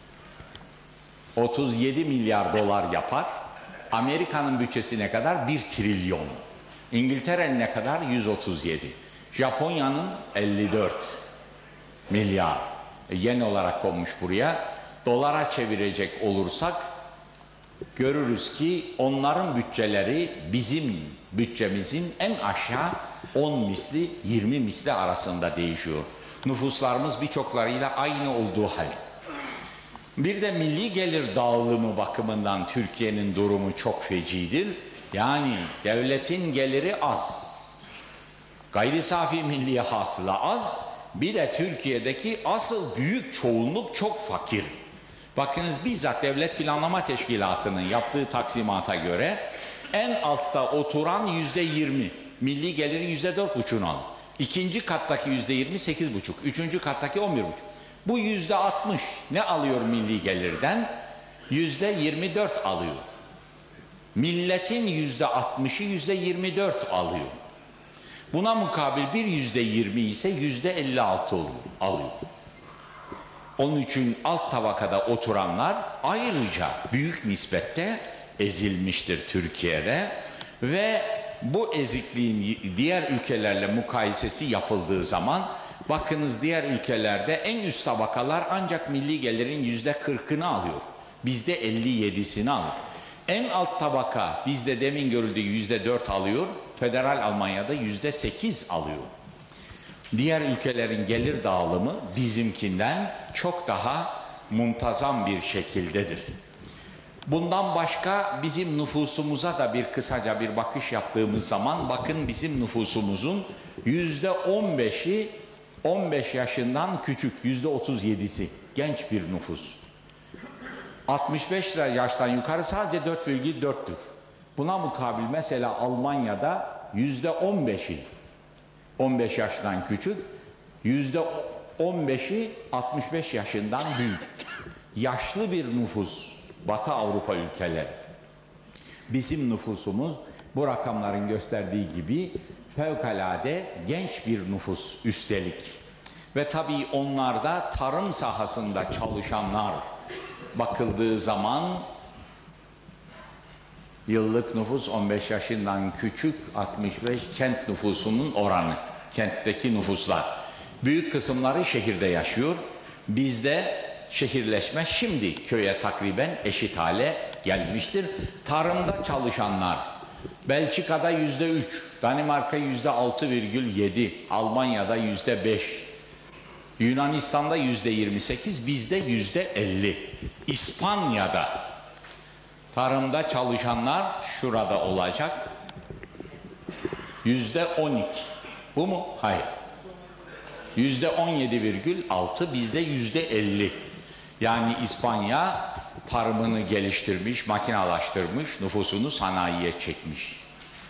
otuz yedi milyar dolar yapar. Amerika'nın bütçesi ne kadar? bir trilyon. İngiltere'nin ne kadar? yüz otuz yedi. Japonya'nın elli dört milyar. E, yen olarak konmuş buraya. Dolara çevirecek olursak görürüz ki onların bütçeleri bizim bütçemizin en aşağı on misli yirmi misli arasında değişiyor. Nüfuslarımız birçoklarıyla aynı olduğu halde. Bir de milli gelir dağılımı bakımından Türkiye'nin durumu çok fecidir. Yani devletin geliri az. Gayri safi milli hasıla az. Bir de Türkiye'deki asıl büyük çoğunluk çok fakir. Bakınız bizzat Devlet Planlama Teşkilatı'nın yaptığı taksimata göre en altta oturan yüzde yirmi, milli gelirin yüzde dört buçuğunu alır. İkinci kattaki yüzde yirmi, sekiz buçuk. Üçüncü kattaki on bir buçuk. Bu yüzde altmış ne alıyor milli gelirden? Yüzde yirmi dört alıyor. Milletin yüzde altmışı yüzde yirmi dört alıyor. Buna mukabil bir yüzde yirmi ise yüzde elli altı oluyor, alıyor. Onun için alt tabakada oturanlar ayrıca büyük nispette ezilmiştir Türkiye'de ve bu ezikliğin diğer ülkelerle mukayesesi yapıldığı zaman bakınız diğer ülkelerde en üst tabakalar ancak milli gelirin yüzde kırk'ını alıyor. Bizde elli yedi'sini alıyor. En alt tabaka bizde demin görüldüğü yüzde dört alıyor. Federal Almanya'da yüzde sekiz alıyor. Diğer ülkelerin gelir dağılımı bizimkinden çok daha muntazam bir şekildedir. Bundan başka bizim nüfusumuza da bir kısaca bir bakış yaptığımız zaman bakın bizim nüfusumuzun yüzde on beş'i on beş yaşından küçük, yüzde otuz yedi'si genç bir nüfus. altmış beş yaştan yukarı sadece dört virgül dört'tür. Buna mukabil mesela Almanya'da yüzde on beş'i on beş yaştan küçük, yüzde on beş'i altmış beş yaşından büyük. Yaşlı bir nüfus Batı Avrupa ülkeleri. Bizim nüfusumuz bu rakamların gösterdiği gibi fevkalade genç bir nüfus üstelik. Ve tabii onlarda tarım sahasında çalışanlar bakıldığı zaman Yıllık nüfus on beş yaşından küçük, altmış beş kent nüfusunun oranı. Kentteki nüfuslar. Büyük kısımları şehirde yaşıyor. Bizde şehirleşme şimdi köye takriben eşit hale gelmiştir. Tarımda çalışanlar Belçika'da yüzde üç, Danimarka yüzde altı virgül yedi, Almanya'da yüzde beş, Yunanistan'da yüzde yirmi sekiz, bizde yüzde elli. İspanya'da tarımda çalışanlar şurada olacak. Yüzde on iki. Bu mu? Hayır. Yüzde on yedi virgül altı, bizde yüzde elli. Yani İspanya tarımını geliştirmiş, makinalaştırmış, nüfusunu sanayiye çekmiş.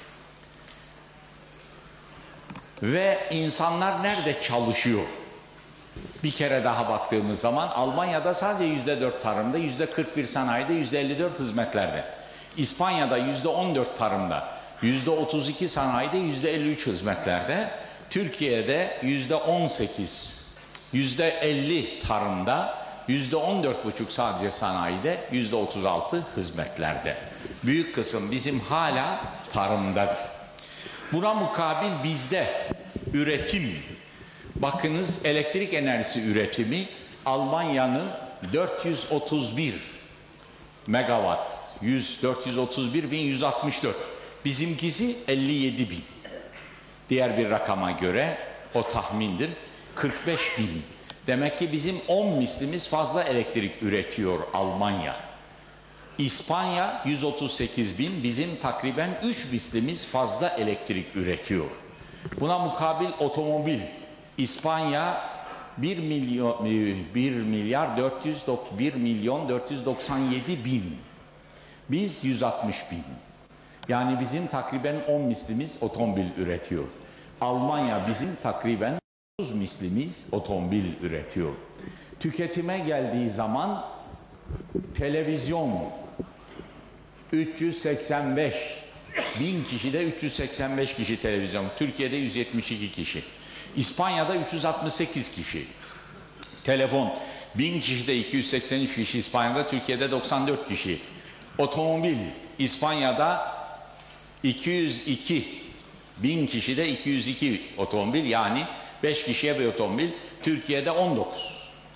Ve insanlar nerede çalışıyor? Bir kere daha baktığımız zaman Almanya'da sadece yüzde dört tarımda, yüzde kırk bir sanayide, yüzde elli dört hizmetlerde. İspanya'da yüzde on dört tarımda, yüzde otuz iki sanayide, yüzde elli üç hizmetlerde. Türkiye'de yüzde on sekiz, yüzde elli tarımda, yüzde on dört buçuk sadece sanayide, yüzde otuz altı hizmetlerde. Büyük kısım bizim hala tarımdadır. Buna mukabil bizde üretim, bakınız elektrik enerjisi üretimi Almanya'nın dört yüz otuz bir megawatt, dört yüz otuz bir bin yüz altmış dört, bizimkisi elli yedi bin. Diğer bir rakama göre o tahmindir, kırk beş bin. Demek ki bizim on mislimiz fazla elektrik üretiyor Almanya. İspanya yüz otuz sekiz bin, bizim takriben üç mislimiz fazla elektrik üretiyor. Buna mukabil otomobil, İspanya bir milyon bir milyar dört yüz bir milyon dört yüz doksan yedi bin. Biz yüz altmış bin. Yani bizim takriben on mislimiz otomobil üretiyor. Almanya bizim takriben otuz mislimiz otomobil üretiyor. Tüketime geldiği zaman televizyon üç yüz seksen beş bin kişide üç yüz seksen beş kişi televizyon. Türkiye'de yüz yetmiş iki kişi. İspanya'da üç yüz altmış sekiz kişi. Telefon bin kişide iki yüz seksen üç kişi İspanya'da, Türkiye'de doksan dört kişi. Otomobil İspanya'da iki yüz iki bin kişide iki yüz iki otomobil, yani beş kişiye bir otomobil. Türkiye'de on dokuz.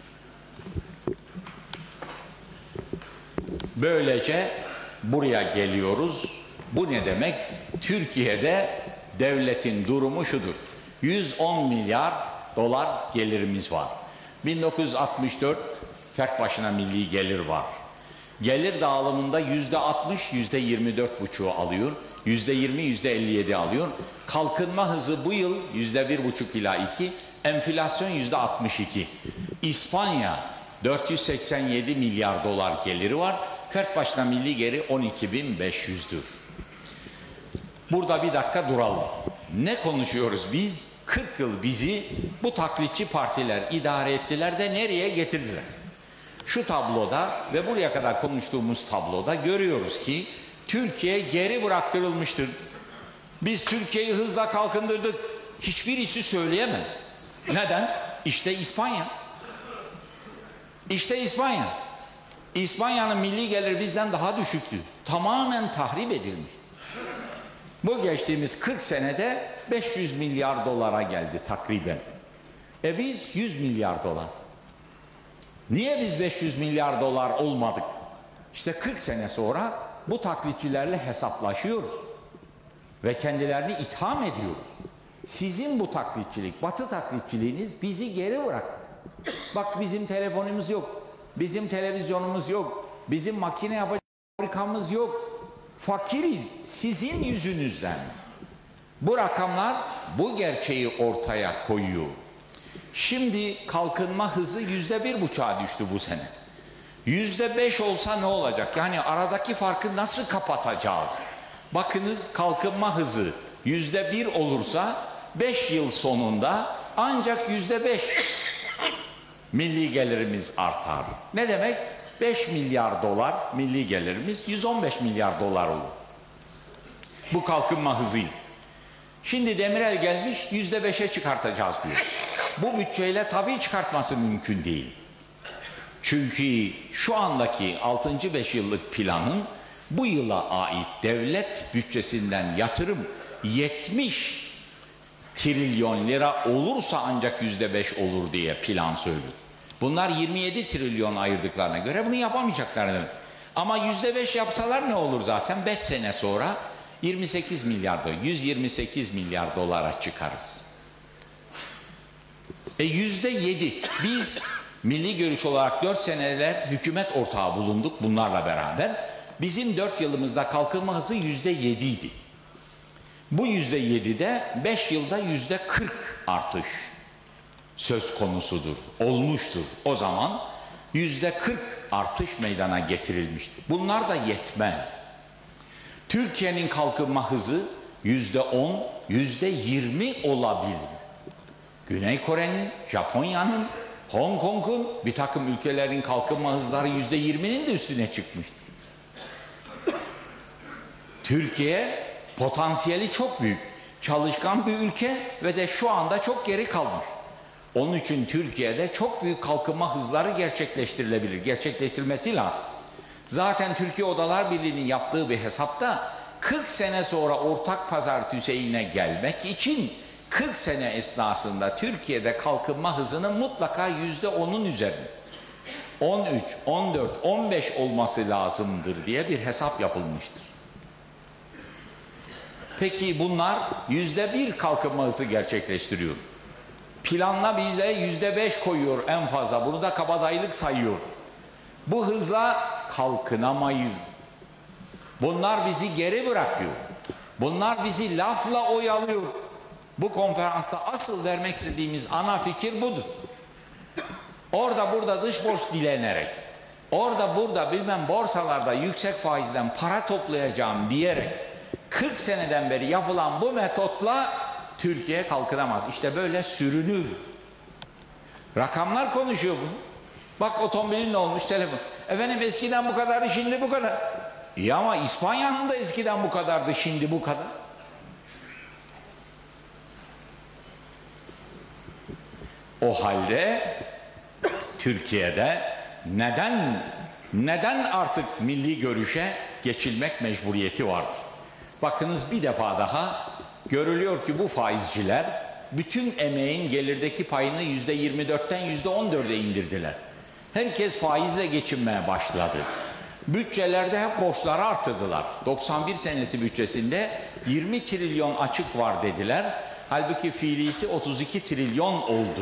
Böylece buraya geliyoruz. Bu ne demek? Türkiye'de devletin durumu şudur. yüz on milyar dolar gelirimiz var. bin dokuz yüz altmış dört fert başına milli gelir var. Gelir dağılımında yüzde altmış, yüzde yirmi dört buçuğu alıyor. Yüzde yirmi, yüzde elli yedi alıyor. Kalkınma hızı bu yıl yüzde bir buçuk ila iki. Enflasyon yüzde altmış iki. İspanya dört yüz seksen yedi milyar dolar geliri var. Fert başına milli geliri on iki bin beş yüzdür. Burada bir dakika duralım. Ne konuşuyoruz biz? kırk yıl bizi bu taklitçi partiler idare ettiler de nereye getirdiler? Şu tabloda ve buraya kadar konuştuğumuz tabloda görüyoruz ki Türkiye geri bıraktırılmıştır. Biz Türkiye'yi hızla kalkındırdık. Hiçbirisi söyleyemez. Neden? İşte İspanya. İşte İspanya. İspanya'nın milli geliri bizden daha düşüktü. Tamamen tahrip edilmiş. Bu geçtiğimiz kırk senede beş yüz milyar dolara geldi takriben. E biz yüz milyar dolar. Niye biz beş yüz milyar dolar olmadık? İşte kırk sene sonra bu taklitçilerle hesaplaşıyoruz. Ve kendilerini itham ediyoruz. Sizin bu taklitçilik, Batı taklitçiliğiniz bizi geri bıraktı. Bak bizim telefonumuz yok, bizim televizyonumuz yok, bizim makine yapacak fabrikamız yok. Fakiriz sizin yüzünüzden. Bu rakamlar bu gerçeği ortaya koyuyor. Şimdi kalkınma hızı yüzde bir buçuğa düştü bu sene. Yüzde beş olsa ne olacak? Yani aradaki farkı nasıl kapatacağız? Bakınız, kalkınma hızı yüzde bir olursa beş yıl sonunda ancak yüzde beş milli gelirimiz artar. Ne demek? beş milyar dolar milli gelirimiz yüz on beş milyar dolar olur. Bu kalkınma hızıyla. Şimdi Demirel gelmiş yüzde beşe çıkartacağız diyor. Bu bütçeyle tabii çıkartması mümkün değil. Çünkü şu andaki altıncı beş yıllık planın bu yıla ait devlet bütçesinden yatırım yetmiş trilyon lira olursa ancak yüzde beş olur diye plan söylüyor. Bunlar yirmi yedi trilyon ayırdıklarına göre bunu yapamayacaklarını. Ama yüzde beş yapsalar ne olur zaten? beş sene sonra yirmi sekiz milyar dolar, yüz yirmi sekiz milyar dolara çıkarız. E yüzde yedi. Biz milli görüş olarak dört seneler hükümet ortağı bulunduk bunlarla beraber. Bizim dört yılımızda kalkınma hızı yüzde yediydi. Bu yüzde yedide beş yılda yüzde kırk artış söz konusudur, olmuştur. O zaman yüzde kırk artış meydana getirilmiştir. Bunlar da yetmez. Türkiye'nin kalkınma hızı yüzde on, yüzde yirmi olabilir. Güney Kore'nin, Japonya'nın, Hong Kong'un, bir takım ülkelerin kalkınma hızları yüzde yirminin de üstüne çıkmıştır. Türkiye potansiyeli çok büyük, çalışkan bir ülke ve de şu anda çok geri kalmış. Onun için Türkiye'de çok büyük kalkınma hızları gerçekleştirilebilir, gerçekleştirilmesi lazım. Zaten Türkiye Odalar Birliği'nin yaptığı bir hesapta kırk sene sonra ortak pazar düzeyine gelmek için kırk sene esnasında Türkiye'de kalkınma hızının mutlaka yüzde onun üzerinde on üç, on dört, on beş olması lazımdır diye bir hesap yapılmıştır. Peki bunlar yüzde bir kalkınma hızı gerçekleştiriyor. Planla bize yüzde beş koyuyor en fazla. Bunu da kabadayılık sayıyor. Bu hızla kalkınamayız. Bunlar bizi geri bırakıyor. Bunlar bizi lafla oyalıyor. Bu konferansta asıl vermek istediğimiz ana fikir budur. Orada burada dış borç dilenerek, orada burada bilmem borsalarda yüksek faizden para toplayacağım diyerek kırk seneden beri yapılan bu metotla Türkiye kalkınamaz. İşte böyle sürünür. Rakamlar konuşuyor bunu. Bak otomobilin ne olmuş, telefon. Efendim eskiden bu kadardı, şimdi bu kadar. İyi ama İspanya'nın da eskiden bu kadardı, şimdi bu kadar. O halde Türkiye'de neden neden artık milli görüşe geçilmek mecburiyeti vardır? Bakınız bir defa daha görülüyor ki bu faizciler bütün emeğin gelirdeki payını yüzde yirmi dörtten yüzde on dörde indirdiler. Herkes faizle geçinmeye başladı. Bütçelerde hep borçları artırdılar. doksan bir senesi bütçesinde yirmi trilyon açık var dediler. Halbuki fiilisi otuz iki trilyon oldu.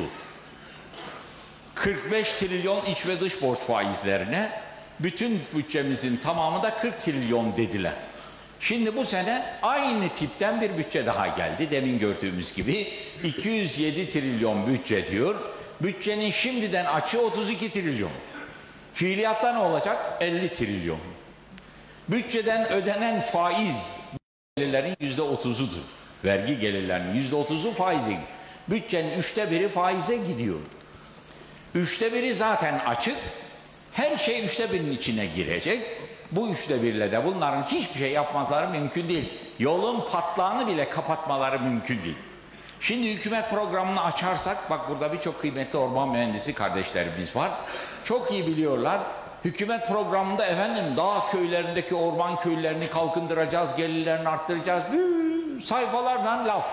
kırk beş trilyon iç ve dış borç faizlerine, bütün bütçemizin tamamı da kırk trilyon dediler. Şimdi bu sene aynı tipten bir bütçe daha geldi. Demin gördüğümüz gibi iki yüz yedi trilyon bütçe diyor. Bütçenin şimdiden açığı otuz iki trilyon. Fiiliyatta ne olacak? elli trilyon. Bütçeden ödenen faiz gelirlerin yüzde otuzudur. Vergi gelirlerinin yüzde otuzu faize. Bütçenin üçte biri faize gidiyor. Üçte biri zaten açık. Her şey üçte birinin içine girecek. Bu üçte birle de bunların hiçbir şey yapmaları mümkün değil. Yolun patlağını bile kapatmaları mümkün değil. Şimdi hükümet programını açarsak, bak burada birçok kıymetli orman mühendisi kardeşlerimiz var. Çok iyi biliyorlar. Hükümet programında efendim dağ köylerindeki orman köylerini kalkındıracağız, gelirlerini arttıracağız. Büyük sayfalardan laf.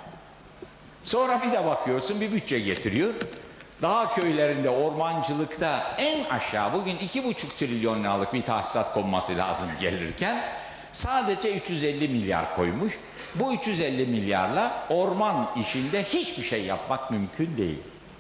Sonra bir de bakıyorsun bir bütçe getiriyor. Dağ köylerinde, ormancılıkta en aşağı bugün iki buçuk trilyon liralık bir tahsisat konması lazım gelirken sadece üç yüz elli milyar koymuş. Bu üç yüz elli milyarla orman işinde hiçbir şey yapmak mümkün değil.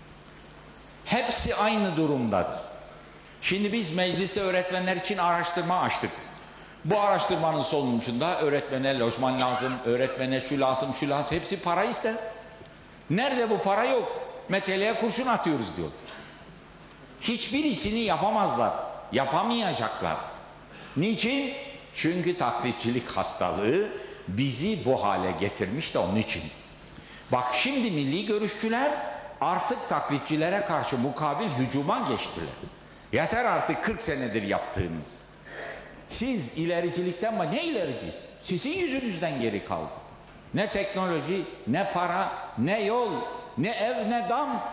Hepsi aynı durumdadır. Şimdi biz mecliste öğretmenler için araştırma açtık. Bu araştırmanın sonucunda öğretmene lojman lazım, öğretmene şu lazım, şu lazım. Hepsi para ister. Nerede bu para yok? Meteleye kurşun atıyoruz diyor. Hiçbirisini yapamazlar. Yapamayacaklar. Niçin? Çünkü taklitçilik hastalığı bizi bu hale getirmiş de onun için. Bak şimdi milli görüşçüler artık taklitçilere karşı mukabil hücuma geçtiler. Yeter artık kırk senedir yaptığınız. Siz ilericilikten ama ne ilericiyiz? Sizin yüzünüzden geri kaldı. Ne teknoloji, ne para, ne yol, ne ev, ne dam.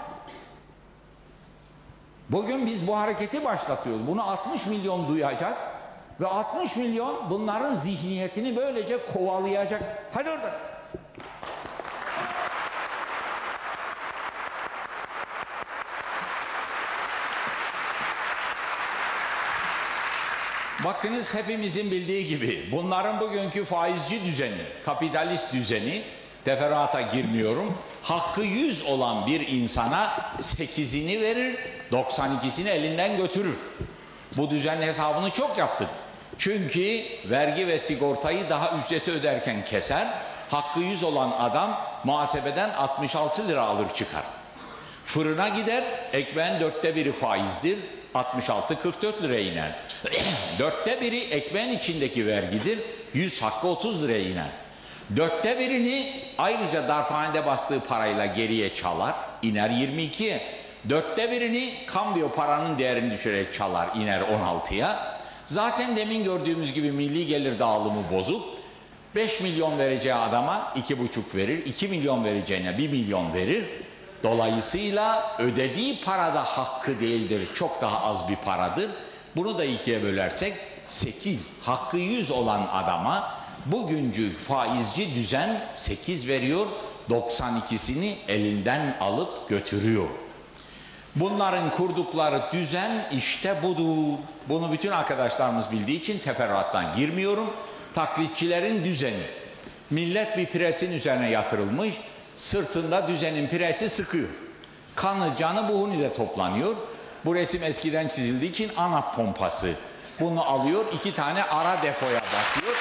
Bugün biz bu hareketi başlatıyoruz. Bunu altmış milyon duyacak. Ve altmış milyon bunların zihniyetini böylece kovalayacak. Hadi oradan. Bakınız, hepimizin bildiği gibi bunların bugünkü faizci düzeni, kapitalist düzeni, teferruata girmiyorum, hakkı yüz olan bir insana sekizini verir, doksan ikisini elinden götürür. Bu düzenin hesabını çok yaptık. Çünkü vergi ve sigortayı daha ücreti öderken keser, hakkı yüz olan adam muhasebeden altmış altı lira alır çıkar. Fırına gider, ekmeğin dörtte biri faizdir, altmış altı kırk dört liraya iner. Dörtte biri ekmeğin içindeki vergidir, yüz hakkı otuz liraya iner. Dörtte birini ayrıca darphanede bastığı parayla geriye çalar, iner yirmi ikiye. Dörtte birini kambiyo paranın değerini düşürerek çalar, iner on altıya. Zaten demin gördüğümüz gibi milli gelir dağılımı bozuk. beş milyon vereceği adama iki buçuk verir, iki milyon vereceğine bir milyon verir. Dolayısıyla ödediği parada hakkı değildir, çok daha az bir paradır. Bunu da ikiye bölersek sekiz, hakkı yüz olan adama bugünkü faizci düzen sekiz veriyor, doksan ikisini elinden alıp götürüyor. Bunların kurdukları düzen işte budur. Bunu bütün arkadaşlarımız bildiği için teferruattan girmiyorum. Taklitçilerin düzeni. Millet bir presin üzerine yatırılmış, sırtında düzenin presi sıkıyor. Kanı, canı bu hunide toplanıyor. Bu resim eskiden çizildiği için ANAP pompası. Bunu alıyor, iki tane ara depoya basıyor.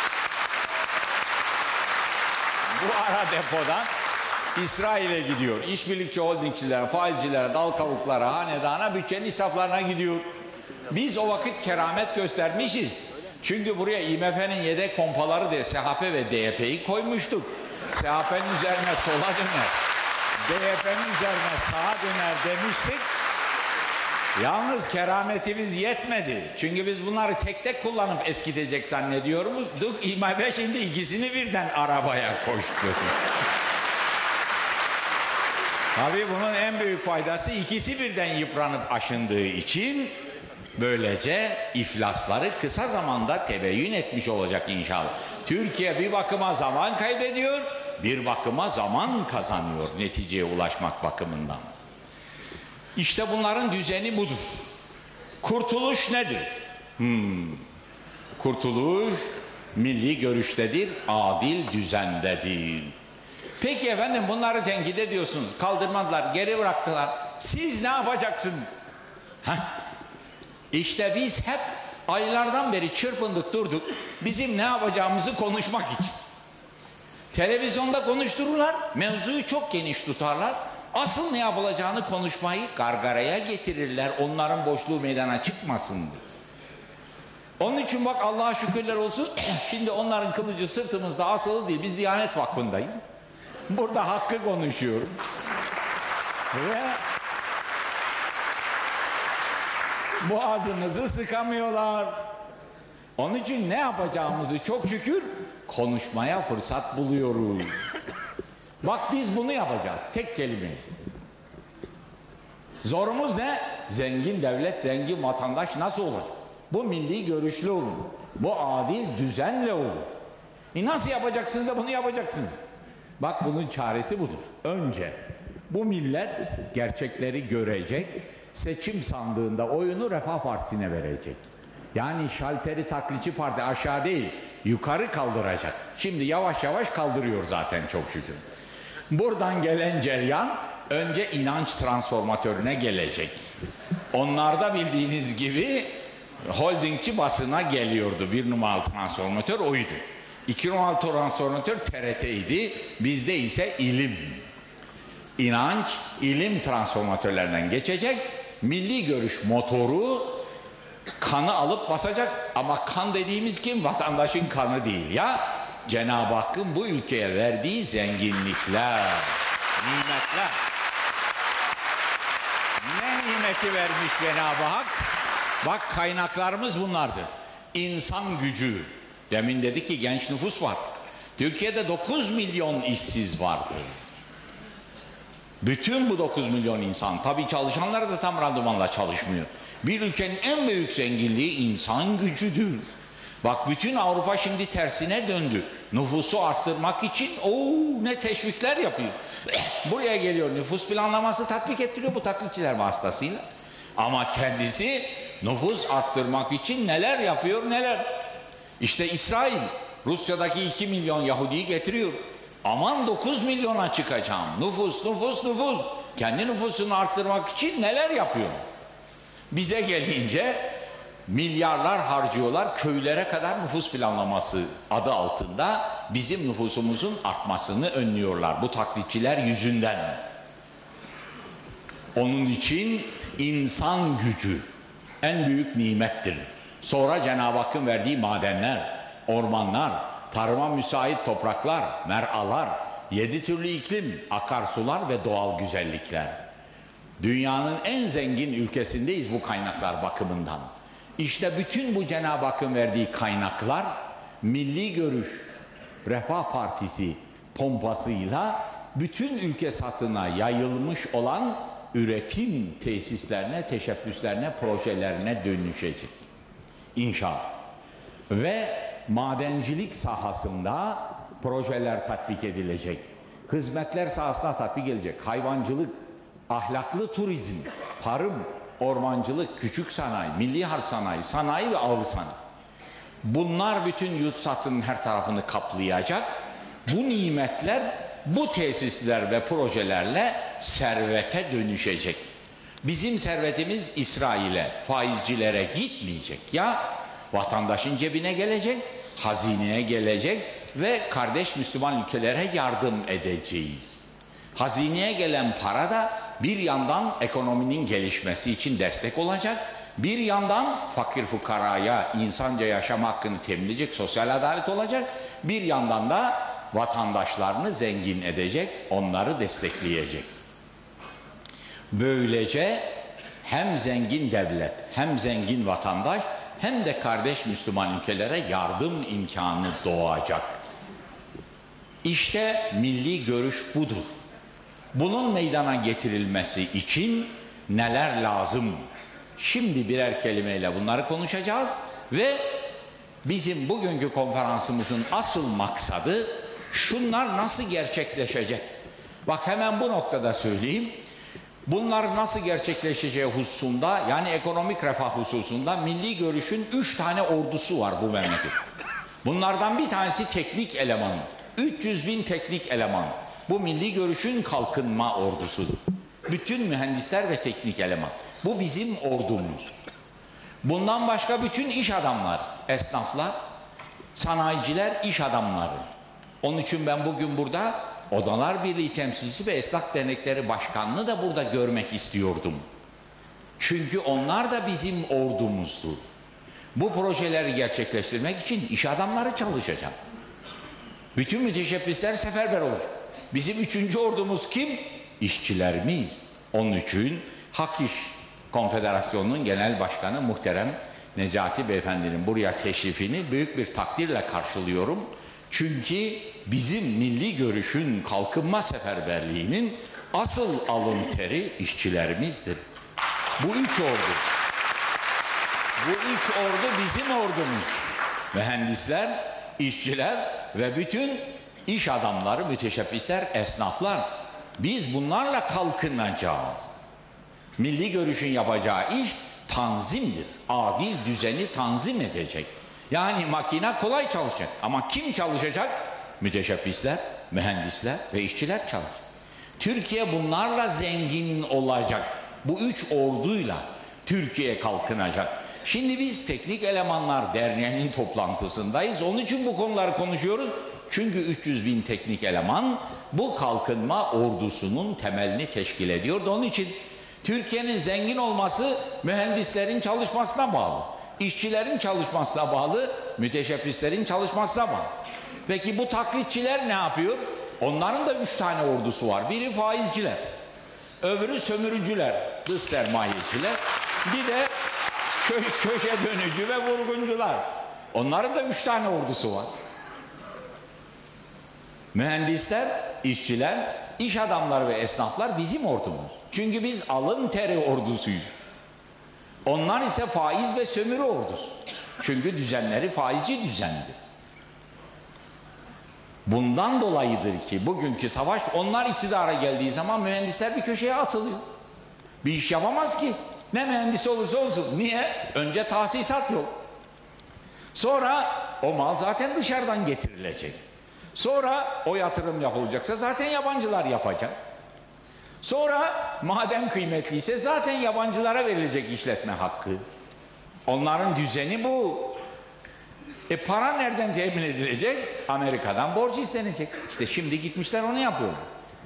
Bu ara depodan İsrail'e gidiyor. İşbirlikçi holdingçilere, faizcilere, dal kavuklara, hanedana, bütçenin israflarına gidiyor. Biz o vakit keramet göstermişiz. Çünkü buraya I M F'nin yedek pompaları diye S H P ve D Y P'yi koymuştuk. S H P'nin üzerine sola döner, D Y P'nin üzerine sağa döner demiştik. Yalnız kerametimiz yetmedi. Çünkü biz bunları tek tek kullanıp eskitecek zannediyoruz. Duk I M F şimdi ikisini birden arabaya koştu. Tabii bunun en büyük faydası ikisi birden yıpranıp aşındığı için böylece iflasları kısa zamanda tebeyyün etmiş olacak inşallah. Türkiye bir bakıma zaman kaybediyor, bir bakıma zaman kazanıyor neticeye ulaşmak bakımından. İşte bunların düzeni budur. Kurtuluş nedir? Hmm. Kurtuluş milli görüştedir, adil düzendedir. Peki efendim, bunları tenkit ediyorsunuz, kaldırmadılar, geri bıraktılar. Siz ne yapacaksınız? Heh. İşte biz hep aylardan beri çırpındık durduk, bizim ne yapacağımızı konuşmak için. Televizyonda konuştururlar, mevzuyu çok geniş tutarlar. Asıl ne yapılacağını konuşmayı gargaraya getirirler, onların boşluğu meydana çıkmasın diye. Onun için bak, Allah'a şükürler olsun, şimdi onların kılıcı sırtımızda asılı değil, biz Diyanet Vakfı'ndayız. Burada hakkı konuşuyorum. Ve boğazımızı sıkamıyorlar. Onun için ne yapacağımızı çok şükür konuşmaya fırsat buluyoruz. Bak, biz bunu yapacağız, tek kelime. Zorumuz ne? Zengin devlet, zengin vatandaş nasıl olur? Bu milli görüşlü olur. Bu adil düzenle olur. E nasıl yapacaksınız da bunu yapacaksınız? Bak, bunun çaresi budur. Önce bu millet gerçekleri görecek, seçim sandığında oyunu Refah Partisi'ne verecek. Yani şalteri taklitçi parti aşağı değil, yukarı kaldıracak. Şimdi yavaş yavaş kaldırıyor zaten çok şükür. Buradan gelen ceryan önce inanç transformatörüne gelecek. Onlarda bildiğiniz gibi holdingçi basına geliyordu. Bir numaralı transformatör oydu. İki numaralı transformatör T R T'ydi. Bizde ise ilim. İnanç, ilim transformatörlerinden geçecek. Milli görüş motoru kanı alıp basacak. Ama kan dediğimiz kim? Vatandaşın kanı değil ya. Cenab-ı Hakk'ın bu ülkeye verdiği zenginlikler, nimetler. Ne nimeti vermiş Cenab-ı Hak? Bak, kaynaklarımız bunlardır. İnsan gücü. Demin dedik ki genç nüfus var. Türkiye'de dokuz milyon işsiz vardı. Bütün bu dokuz milyon insan, tabii çalışanlar da tam randımanla çalışmıyor. Bir ülkenin en büyük zenginliği insan gücüdür. Bak bütün Avrupa şimdi tersine döndü. Nüfusu arttırmak için ooo ne teşvikler yapıyor. Buraya geliyor, nüfus planlaması tatbik ettiriyor bu taklitçiler vasıtasıyla. Ama kendisi nüfus arttırmak için neler yapıyor neler. İşte İsrail Rusya'daki iki milyon Yahudi'yi getiriyor. Aman dokuz milyona çıkacağım. Nüfus, nüfus, nüfus. Kendi nüfusunu arttırmak için neler yapıyor? Bize gelince milyarlar harcıyorlar, köylere kadar nüfus planlaması adı altında bizim nüfusumuzun artmasını önlüyorlar bu taklitçiler yüzünden. Onun için insan gücü en büyük nimettir. Sonra Cenab-ı Hakk'ın verdiği madenler, ormanlar, tarıma müsait topraklar, meralar, yedi türlü iklim, akarsular ve doğal güzellikler. Dünyanın en zengin ülkesindeyiz bu kaynaklar bakımından. İşte bütün bu Cenab-ı Hakk'ın verdiği kaynaklar Milli Görüş, Refah Partisi pompasıyla bütün ülke satına yayılmış olan üretim tesislerine, teşebbüslerine, projelerine dönüşecek. İnşallah. Ve madencilik sahasında projeler tatbik edilecek. Hizmetler sahasında tatbik edilecek. Hayvancılık, ahlaklı turizm, tarım, ormancılık, küçük sanayi, milli harp sanayi, sanayi ve ağır sanayi. Bunlar bütün yurt satının her tarafını kaplayacak. Bu nimetler, bu tesisler ve projelerle servete dönüşecek. Bizim servetimiz İsrail'e, faizcilere gitmeyecek. Ya vatandaşın cebine gelecek, hazineye gelecek ve kardeş Müslüman ülkelere yardım edeceğiz. Hazineye gelen para da bir yandan ekonominin gelişmesi için destek olacak, bir yandan fakir fukaraya insanca yaşam hakkını temin edecek, sosyal adalet olacak, bir yandan da vatandaşlarını zengin edecek, onları destekleyecek. Böylece hem zengin devlet, hem zengin vatandaş, hem de kardeş Müslüman ülkelere yardım imkanı doğacak. İşte milli görüş budur. Bunun meydana getirilmesi için neler lazım? Şimdi birer kelimeyle bunları konuşacağız ve bizim bugünkü konferansımızın asıl maksadı şunlar nasıl gerçekleşecek? Bak hemen bu noktada söyleyeyim. Bunlar nasıl gerçekleşeceği hususunda, yani ekonomik refah hususunda milli görüşün üç tane ordusu var bu memleket. Bunlardan bir tanesi teknik eleman. üç yüz bin teknik eleman. Bu milli görüşün kalkınma ordusudur. Bütün mühendisler ve teknik eleman. Bu bizim ordumuz. Bundan başka bütün iş adamları, esnaflar, sanayiciler, iş adamları. Onun için ben bugün burada Odalar Birliği temsilcisi ve Esnaf Dernekleri Başkanlığı da burada görmek istiyordum. Çünkü onlar da bizim ordumuzdur. Bu projeleri gerçekleştirmek için iş adamları çalışacak. Bütün müteşebbisler seferber olur. Bizim üçüncü ordumuz kim? İşçilerimiz. Onun için Hak İş Konfederasyonu'nun Genel Başkanı muhterem Necati Beyefendi'nin buraya teşrifini büyük bir takdirle karşılıyorum. Çünkü bizim milli görüşün kalkınma seferberliğinin asıl alın teri işçilerimizdir. Bu üç ordu. Bu üç ordu bizim ordumuz. Mühendisler, işçiler ve bütün iş adamları, müteşebbisler, esnaflar. Biz bunlarla kalkınacağız. Milli görüşün yapacağı iş tanzimdir. Adil düzeni tanzim edecek. Yani makine kolay çalışacak. Ama kim çalışacak? Müteşebbisler, mühendisler ve işçiler çalışacak. Türkiye bunlarla zengin olacak. Bu üç orduyla Türkiye kalkınacak. Şimdi biz Teknik Elemanlar Derneği'nin toplantısındayız. Onun için bu konuları konuşuyoruz. Çünkü üç yüz bin teknik eleman bu kalkınma ordusunun temelini teşkil ediyor. Onun için Türkiye'nin zengin olması mühendislerin çalışmasına bağlı. İşçilerin çalışmasına bağlı, müteşebbislerin çalışmasına bağlı. Peki bu taklitçiler ne yapıyor? Onların da üç tane ordusu var. Biri faizciler, öbürü sömürücüler, dış sermayeciler, bir de kö köşe dönücü ve vurguncular. Onların da üç tane ordusu var. Mühendisler, işçiler, iş adamları ve esnaflar bizim ordumuz. Çünkü biz alın teri ordusuyuz. Onlar ise faiz ve sömürü ordusu. Çünkü düzenleri faizci düzendi. Bundan dolayıdır ki bugünkü savaş, onlar iktidara geldiği zaman mühendisler bir köşeye atılıyor. Bir iş yapamaz ki. Ne mühendisi olursa olsun. Niye? Önce tahsisat yok. Sonra o mal zaten dışarıdan getirilecek. Sonra o yatırım yapılacaksa zaten yabancılar yapacak. Sonra maden kıymetliyse zaten yabancılara verilecek işletme hakkı. Onların düzeni bu. E para nereden temin edilecek? Amerika'dan borç istenecek. İşte şimdi gitmişler onu yapıyorlar.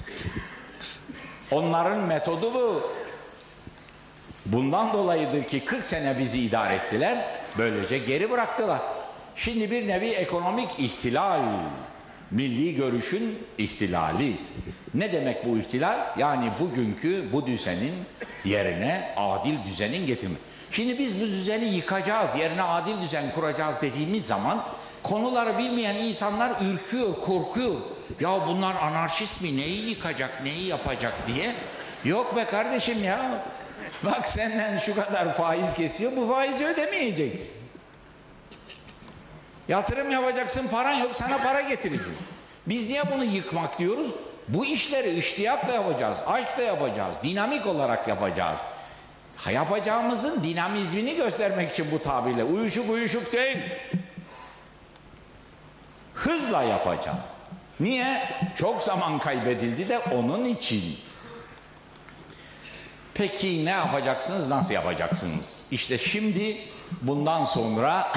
Onların metodu bu. Bundan dolayıdır ki kırk sene bizi idare ettiler, böylece geri bıraktılar. Şimdi bir nevi ekonomik ihtilal, milli görüşün ihtilali. Ne demek bu ihtilal? Yani bugünkü bu düzenin yerine adil düzenin getirme. Şimdi biz bu düzeni yıkacağız, yerine adil düzen kuracağız dediğimiz zaman konuları bilmeyen insanlar ürküyor, korkuyor. Ya bunlar anarşist mi, neyi yıkacak, neyi yapacak diye. Yok be kardeşim ya. Bak senden şu kadar faiz kesiyor, bu faizi ödemeyeceksin. Yatırım yapacaksın, paran yok, sana para getirecek. Biz niye bunu yıkmak diyoruz? Bu işleri iştiyakla yapacağız, aşkla yapacağız, dinamik olarak yapacağız. Yapacağımızın dinamizmini göstermek için bu tabirle, uyuşuk uyuşuk değil. Hızla yapacağız. Niye? Çok zaman kaybedildi de onun için. Peki ne yapacaksınız, nasıl yapacaksınız? İşte şimdi bundan sonra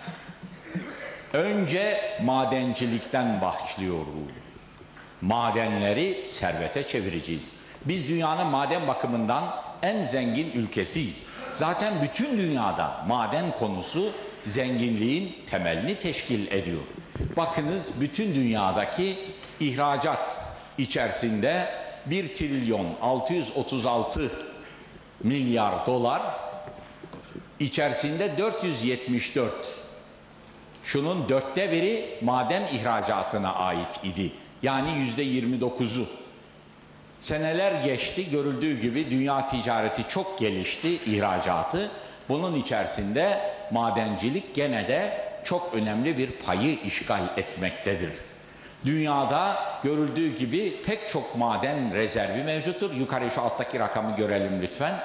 önce madencilikten başlıyoruz. Madenleri servete çevireceğiz. Biz dünyanın maden bakımından en zengin ülkesiyiz. Zaten bütün dünyada maden konusu zenginliğin temelini teşkil ediyor. Bakınız bütün dünyadaki ihracat içerisinde bir trilyon altı yüz otuz altı milyar dolar, içerisinde dört yüz yetmiş dört, şunun dörtte biri maden ihracatına ait idi. Yani yüzde yirmi dokuzu. Seneler geçti, görüldüğü gibi dünya ticareti çok gelişti, ihracatı. Bunun içerisinde madencilik gene de çok önemli bir payı işgal etmektedir. Dünyada görüldüğü gibi pek çok maden rezervi mevcuttur. Yukarı şu alttaki rakamı görelim lütfen.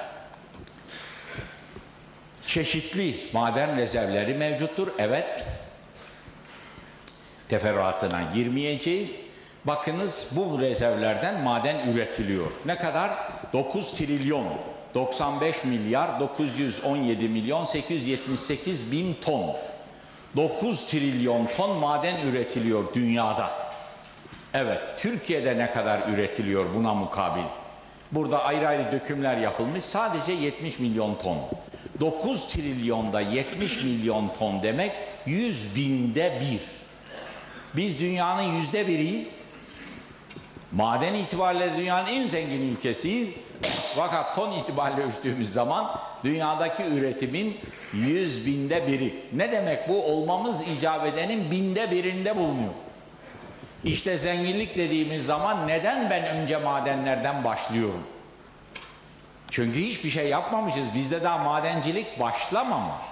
Çeşitli maden rezervleri mevcuttur. Evet. Teferruatına girmeyeceğiz. Bakınız bu rezervlerden maden üretiliyor. Ne kadar? dokuz trilyon doksan beş milyar dokuz yüz on yedi milyon sekiz yüz yetmiş sekiz bin ton. dokuz trilyon ton maden üretiliyor dünyada. Evet, Türkiye'de ne kadar üretiliyor buna mukabil? Burada ayrı ayrı dökümler yapılmış, sadece yetmiş milyon ton. dokuz trilyonda yetmiş milyon ton demek yüz binde bir. Biz dünyanın yüzde biriyiz. Maden itibariyle dünyanın en zengin ülkesiyiz. Fakat ton itibariyle ölçtüğümüz zaman dünyadaki üretimin yüz binde biri. Ne demek bu? Olmamız icap edenin binde birinde bulunuyor. İşte zenginlik dediğimiz zaman neden ben önce madenlerden başlıyorum? Çünkü hiçbir şey yapmamışız. Bizde daha madencilik başlamamış.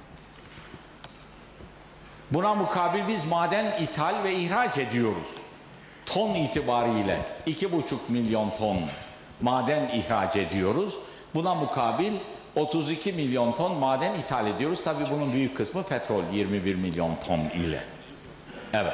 Buna mukabil biz maden ithal ve ihraç ediyoruz. Ton itibariyle iki buçuk milyon ton maden ihraç ediyoruz. Buna mukabil otuz iki milyon ton maden ithal ediyoruz. Tabii bunun büyük kısmı petrol, yirmi bir milyon ton ile. Evet.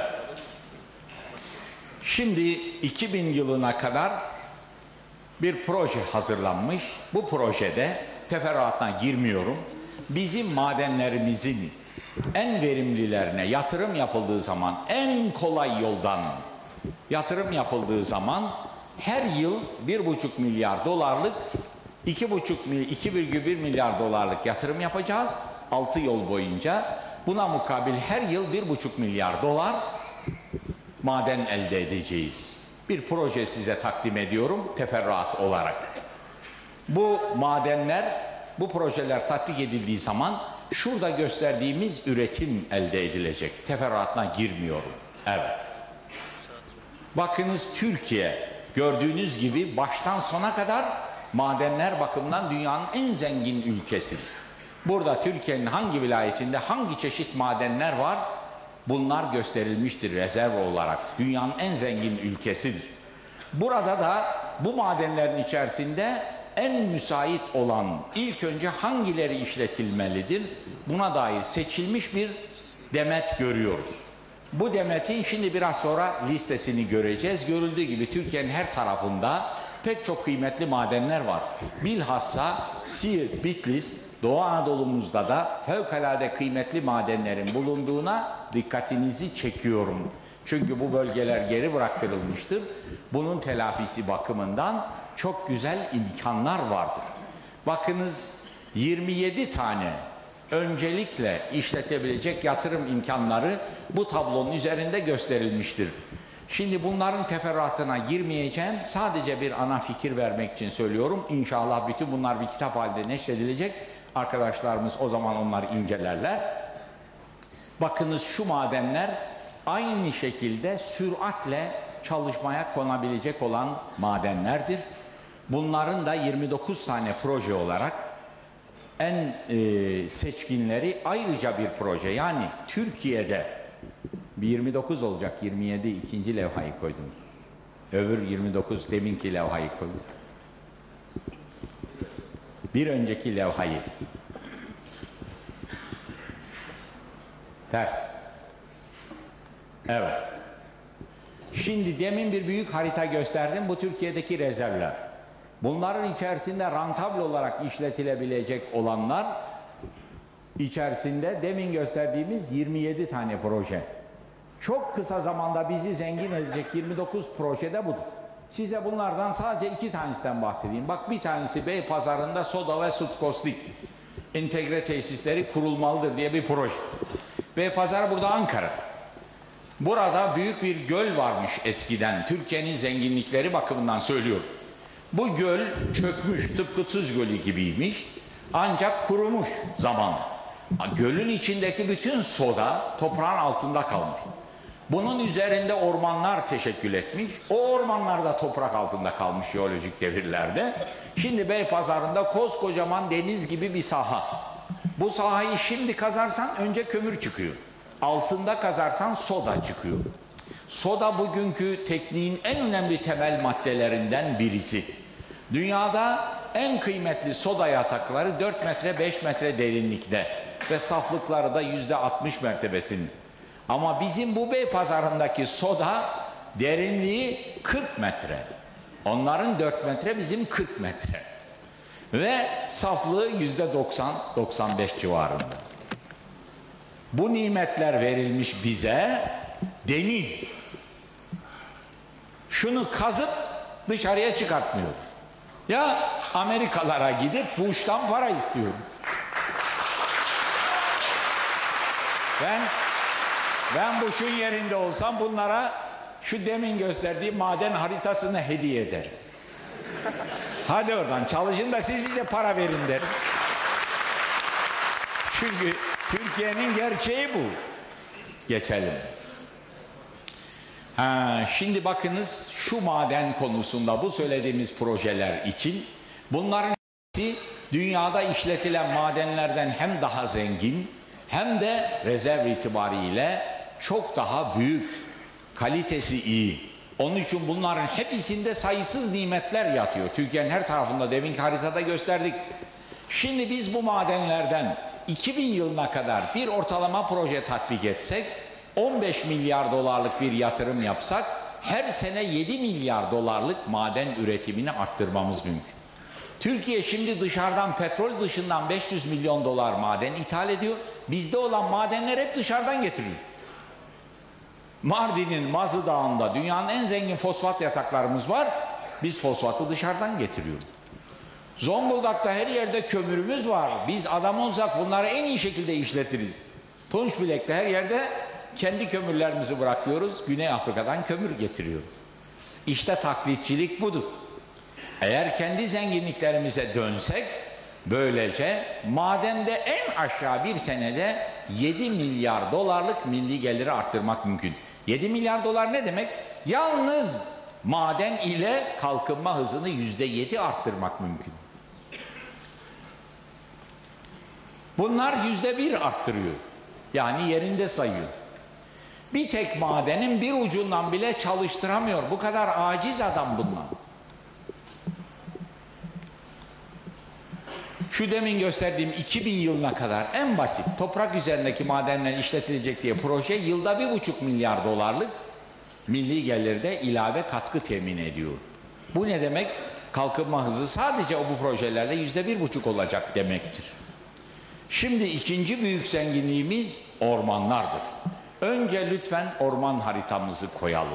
Şimdi iki bin yılına kadar bir proje hazırlanmış. Bu projede teferruatına girmiyorum. Bizim madenlerimizin en verimlilerine yatırım yapıldığı zaman, en kolay yoldan yatırım yapıldığı zaman her yıl bir buçuk milyar dolarlık iki buçuk iki virgül bir milyar dolarlık yatırım yapacağız altı yıl boyunca. Buna mukabil her yıl bir buçuk milyar dolar maden elde edeceğiz. Bir proje size takdim ediyorum teferruat olarak. Bu madenler, bu projeler tatbik edildiği zaman şurada gösterdiğimiz üretim elde edilecek. Teferruatına girmiyorum. Evet. Bakınız Türkiye gördüğünüz gibi baştan sona kadar madenler bakımından dünyanın en zengin ülkesidir. Burada Türkiye'nin hangi vilayetinde hangi çeşit madenler var? Bunlar gösterilmiştir rezerv olarak. Dünyanın en zengin ülkesidir. Burada da bu madenlerin içerisinde en müsait olan ilk önce hangileri işletilmelidir? Buna dair seçilmiş bir demet görüyoruz. Bu demetin şimdi biraz sonra listesini göreceğiz. Görüldüğü gibi Türkiye'nin her tarafında pek çok kıymetli madenler var. Bilhassa Siirt, Bitlis, Doğu Anadolu'muzda da fevkalade kıymetli madenlerin bulunduğuna dikkatinizi çekiyorum. Çünkü bu bölgeler geri bıraktırılmıştır. Bunun telafisi bakımından çok güzel imkanlar vardır. Bakınız yirmi yedi tane öncelikle işletebilecek yatırım imkanları bu tablonun üzerinde gösterilmiştir. Şimdi bunların teferruatına girmeyeceğim. Sadece bir ana fikir vermek için söylüyorum. İnşallah bütün bunlar bir kitap halinde neşredilecek. Arkadaşlarımız o zaman onları incelerler. Bakınız şu madenler aynı şekilde süratle çalışmaya konabilecek olan madenlerdir. Bunların da yirmi dokuz tane proje olarak en e, seçkinleri ayrıca bir proje. Yani Türkiye'de bir yirmi dokuz olacak, yirmi yedi ikinci levhayı koydunuz. Öbür yirmi dokuz deminki levhayı koydunuz. Bir önceki levhayı. Ters. Evet. Şimdi demin bir büyük harita gösterdim. Bu Türkiye'deki rezervler. Bunların içerisinde rentable olarak işletilebilecek olanlar içerisinde demin gösterdiğimiz yirmi yedi tane proje. Çok kısa zamanda bizi zengin edecek yirmi dokuz projede budur. Size bunlardan sadece iki tanesinden bahsedeyim. Bak bir tanesi Beypazarı'nda soda ve Sutkostik entegre tesisleri kurulmalıdır diye bir proje. Beypazarı burada Ankara. Burada büyük bir göl varmış eskiden. Türkiye'nin zenginlikleri bakımından söylüyorum. Bu göl çökmüş, tıpkı Tuz Gölü gibiymiş. Ancak kurumuş zaman. Gölün içindeki bütün soda toprağın altında kalmış. Bunun üzerinde ormanlar teşekkül etmiş. O ormanlar da toprak altında kalmış jeolojik devirlerde. Şimdi Beypazarı'nda koskocaman deniz gibi bir saha. Bu sahayı şimdi kazarsan önce kömür çıkıyor. Altında kazarsan soda çıkıyor. Soda bugünkü tekniğin en önemli temel maddelerinden birisi. Dünyada en kıymetli soda yatakları dört metre beş metre derinlikte ve saflıkları da yüzde altmış mertebesinde. Ama bizim bu Beypazarı'ndaki soda derinliği kırk metre. Onların dört metre, bizim kırk metre. Ve saflığı yüzde doksan doksan beş civarında. Bu nimetler verilmiş bize, deniz. Şunu kazıp dışarıya çıkartmıyoruz. Ya Amerikalara gidip fuhuştan para istiyorum. Ben ben bu şun yerinde olsam bunlara şu demin gösterdiğim maden haritasını hediye ederim. Hadi oradan çalışın da siz bize para verin derim. Çünkü Türkiye'nin gerçeği bu. Geçelim. Ha, şimdi bakınız şu maden konusunda bu söylediğimiz projeler için bunların hepsi dünyada işletilen madenlerden hem daha zengin hem de rezerv itibariyle çok daha büyük, kalitesi iyi. Onun için bunların hepsinde sayısız nimetler yatıyor. Türkiye'nin her tarafında deminki haritada gösterdik. Şimdi biz bu madenlerden iki bin yılına kadar bir ortalama proje tatbik etsek, on beş milyar dolarlık bir yatırım yapsak, her sene yedi milyar dolarlık maden üretimini arttırmamız mümkün. Türkiye şimdi dışarıdan, petrol dışından beş yüz milyon dolar maden ithal ediyor. Bizde olan madenler hep dışarıdan getiriliyor. Mardin'in Mazı Dağı'nda dünyanın en zengin fosfat yataklarımız var. Biz fosfatı dışarıdan getiriyoruz. Zonguldak'ta her yerde kömürümüz var. Biz adam olsak bunları en iyi şekilde işletiriz. Tunçbilek'te her yerde kendi kömürlerimizi bırakıyoruz. Güney Afrika'dan kömür getiriyoruz. İşte taklitçilik budur. Eğer kendi zenginliklerimize dönsek, böylece madende en aşağı bir senede yedi milyar dolarlık milli geliri arttırmak mümkün. yedi milyar dolar ne demek? Yalnız maden ile kalkınma hızını yüzde yedi arttırmak mümkün. Bunlar yüzde bir arttırıyor. Yani yerinde sayıyor. Bir tek madenin bir ucundan bile çalıştıramıyor. Bu kadar aciz adam bunlar. Şu demin gösterdiğim iki bin yılına kadar en basit toprak üzerindeki madenler işletilecek diye proje yılda bir buçuk milyar dolarlık milli gelirde ilave katkı temin ediyor. Bu ne demek? Kalkınma hızı sadece o bu projelerle yüzde bir buçuk olacak demektir. Şimdi ikinci büyük zenginliğimiz ormanlardır. Önce lütfen orman haritamızı koyalım.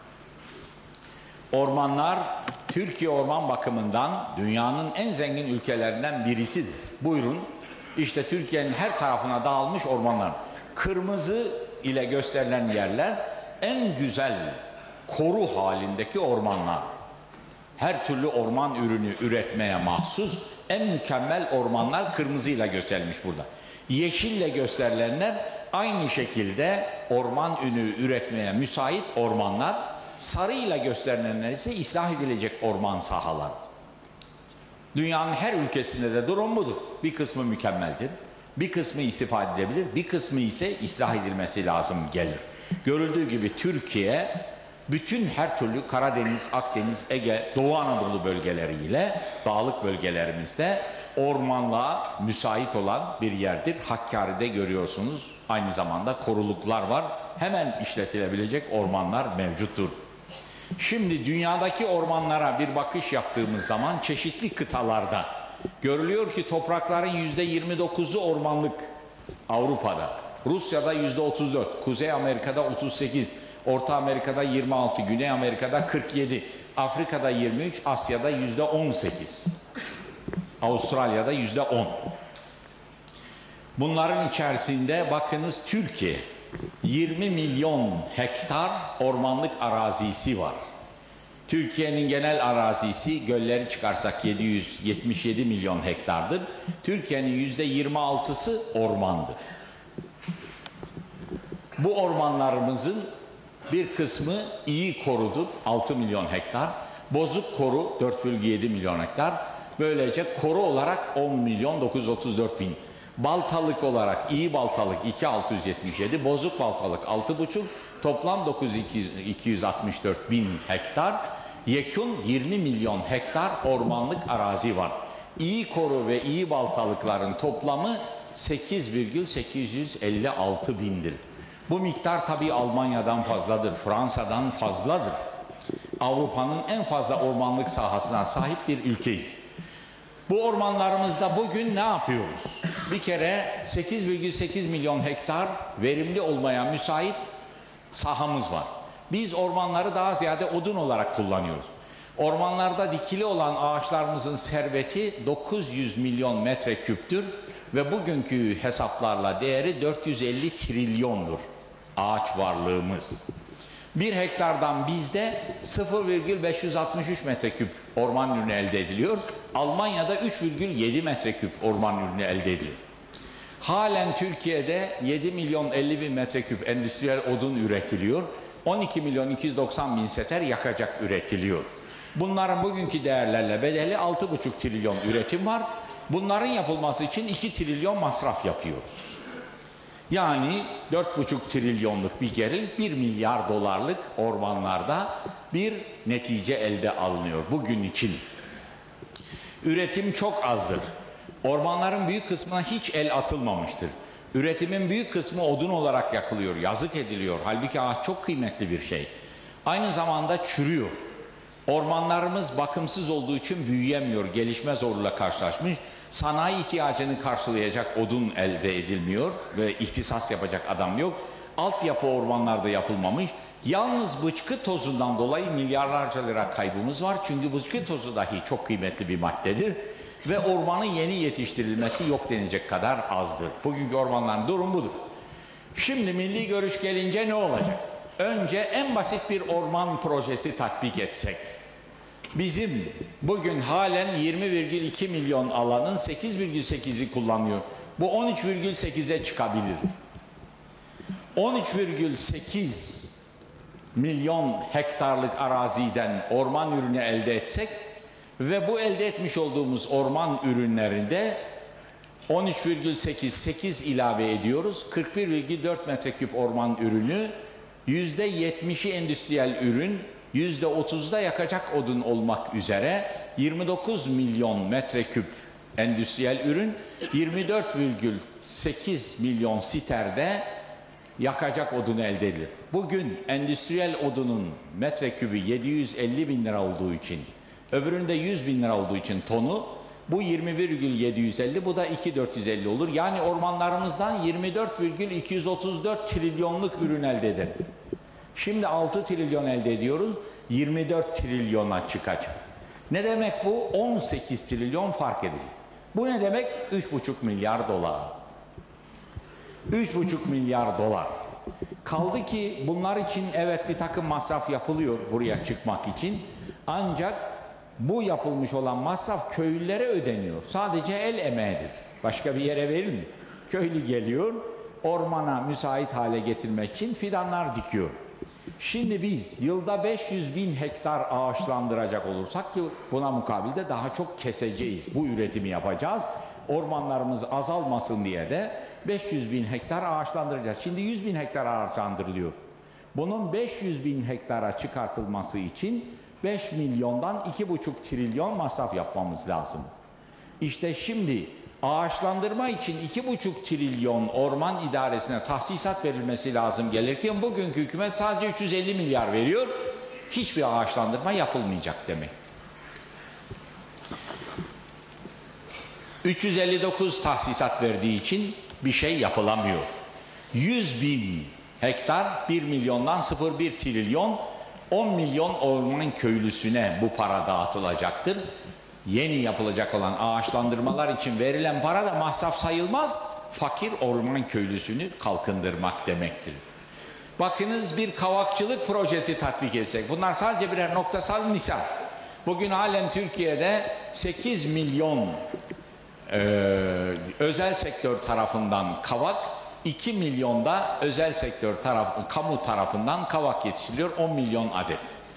Ormanlar Türkiye orman bakımından dünyanın en zengin ülkelerinden birisidir. Buyurun, işte Türkiye'nin her tarafına dağılmış ormanlar. Kırmızı ile gösterilen yerler en güzel koru halindeki ormanlar. Her türlü orman ürünü üretmeye mahsus en mükemmel ormanlar kırmızıyla gösterilmiş burada. Yeşille gösterilenler aynı şekilde orman ürünü üretmeye müsait ormanlar. Sarıyla gösterilenler ise ıslah edilecek orman sahaları. Dünyanın her ülkesinde de durum budur. Bir kısmı mükemmeldir, bir kısmı istifade edebilir, bir kısmı ise ıslah edilmesi lazım gelir. Görüldüğü gibi Türkiye bütün her türlü Karadeniz, Akdeniz, Ege, Doğu Anadolu bölgeleriyle dağlık bölgelerimizde ormanlığa müsait olan bir yerdir. Hakkari'de görüyorsunuz. Aynı zamanda koruluklar var. Hemen işletilebilecek ormanlar mevcuttur. Şimdi dünyadaki ormanlara bir bakış yaptığımız zaman çeşitli kıtalarda görülüyor ki toprakların yüzde yirmi dokuzu ormanlık Avrupa'da, Rusya'da yüzde otuz dört, Kuzey Amerika'da otuz sekiz, Orta Amerika'da yirmi altı, Güney Amerika'da kırk yedi, Afrika'da yirmi üç, Asya'da yüzde on sekiz, Avustralya'da yüzde on. Bunların içerisinde bakınız Türkiye yirmi milyon hektar ormanlık arazisi var. Türkiye'nin genel arazisi gölleri çıkarsak yedi yüz yetmiş yedi milyon hektardır. Türkiye'nin yüzde yirmi altısı ormandır. Bu ormanlarımızın bir kısmı iyi korudur, altı milyon hektar. Bozuk koru dört virgül yedi milyon hektar. Böylece koru olarak on milyon dokuz yüz otuz dört bin. Baltalık olarak iyi baltalık iki bin altı yüz yetmiş yedi, bozuk baltalık altı buçuk, toplam dokuz bin iki yüz altmış dört bin hektar, yekun yirmi milyon hektar ormanlık arazi var. İyi koru ve iyi baltalıkların toplamı sekiz virgül sekiz yüz elli altı bindir. Bu miktar tabii Almanya'dan fazladır, Fransa'dan fazladır. Avrupa'nın en fazla ormanlık sahasına sahip bir ülkeyiz. Bu ormanlarımızda bugün ne yapıyoruz? Bir kere sekiz virgül sekiz milyon hektar verimli olmaya müsait sahamız var. Biz ormanları daha ziyade odun olarak kullanıyoruz. Ormanlarda dikili olan ağaçlarımızın serveti dokuz yüz milyon metreküptür ve bugünkü hesaplarla değeri dört yüz elli trilyondur ağaç varlığımız. Bir hektardan bizde sıfır virgül beş yüz altmış üç metreküp orman ürünü elde ediliyor. Almanya'da üç virgül yedi metreküp orman ürünü elde ediliyor. Halen Türkiye'de yedi milyon elli bin metreküp endüstriyel odun üretiliyor. on iki milyon iki yüz doksan bin seter yakacak üretiliyor. Bunların bugünkü değerlerle bedeli altı buçuk trilyon üretim var. Bunların yapılması için iki trilyon masraf yapıyoruz. Yani dört buçuk trilyonluk bir geril bir milyar dolarlık ormanlarda bir netice elde alınıyor bugün için. Üretim çok azdır. Ormanların büyük kısmına hiç el atılmamıştır. Üretimin büyük kısmı odun olarak yakılıyor, yazık ediliyor. Halbuki ağaç çok kıymetli bir şey. Aynı zamanda çürüyor. Ormanlarımız bakımsız olduğu için büyüyemiyor, gelişme zorluğuyla karşılaşmış. Sanayi ihtiyacını karşılayacak odun elde edilmiyor ve ihtisas yapacak adam yok. Altyapı ormanlarda yapılmamış. Yalnız bıçkı tozundan dolayı milyarlarca lira kaybımız var. Çünkü bıçkı tozu dahi çok kıymetli bir maddedir. Ve ormanın yeni yetiştirilmesi yok denecek kadar azdır. Bugünkü ormanların durum budur. Şimdi milli görüş gelince ne olacak? Önce en basit bir orman projesi tatbik etsek. Bizim bugün halen yirmi virgül iki milyon alanın sekiz virgül sekizi kullanıyor. Bu on üç virgül sekize çıkabilir. on üç virgül sekiz milyon hektarlık araziden orman ürünü elde etsek ve bu elde etmiş olduğumuz orman ürünlerinde on üç virgül sekiz sekiz ilave ediyoruz. kırk bir virgül dört metreküp orman ürünü, yüzde yetmişi endüstriyel ürün, yüzde otuzda yakacak odun olmak üzere yirmi dokuz milyon metreküp endüstriyel ürün, yirmi dört virgül sekiz milyon siterde yakacak odunu elde edilir. Bugün endüstriyel odunun metrekübü yedi yüz elli bin lira olduğu için, öbüründe yüz bin lira olduğu için tonu, bu yirmi virgül yedi yüz elli, bu da iki bin dört yüz elli olur. Yani ormanlarımızdan yirmi dört virgül iki yüz otuz dört trilyonluk ürün elde edelim. Şimdi altı trilyon elde ediyoruz, yirmi dört trilyona çıkacak. Ne demek bu? on sekiz trilyon fark edecek. Bu ne demek? üç buçuk milyar dolar. üç buçuk milyar dolar. Kaldı ki bunlar için evet bir takım masraf yapılıyor buraya çıkmak için. Ancak bu yapılmış olan masraf köylülere ödeniyor. Sadece el emeğidir. Başka bir yere verilmiyor. Köylü geliyor, ormana müsait hale getirmek için fidanlar dikiyor. Şimdi biz yılda beş yüz bin hektar ağaçlandıracak olursak ki buna mukabilde daha çok keseceğiz. Bu üretimi yapacağız. Ormanlarımız azalmasın diye de beş yüz bin hektar ağaçlandıracağız. Şimdi yüz bin hektar ağaçlandırılıyor. Bunun beş yüz bin hektara çıkartılması için beş milyondan iki buçuk trilyon masraf yapmamız lazım. İşte şimdi ağaçlandırma için iki buçuk trilyon orman idaresine tahsisat verilmesi lazım gelirken bugünkü hükümet sadece üç yüz elli milyar veriyor. Hiçbir ağaçlandırma yapılmayacak demek. üç yüz elli dokuz tahsisat verdiği için bir şey yapılamıyor. yüz bin hektar bir milyondan sıfır virgül bir trilyon, on milyon orman köylüsüne bu para dağıtılacaktır. Yeni yapılacak olan ağaçlandırmalar için verilen para da masraf sayılmaz, fakir orman köylüsünü kalkındırmak demektir. Bakınız bir kavakçılık projesi tatbik etsek, bunlar sadece birer noktasal misal. Bugün halen Türkiye'de sekiz milyon e, özel sektör tarafından kavak, iki milyonda özel sektör tarafı, kamu tarafından kavak yetiştiriliyor, on milyon adet.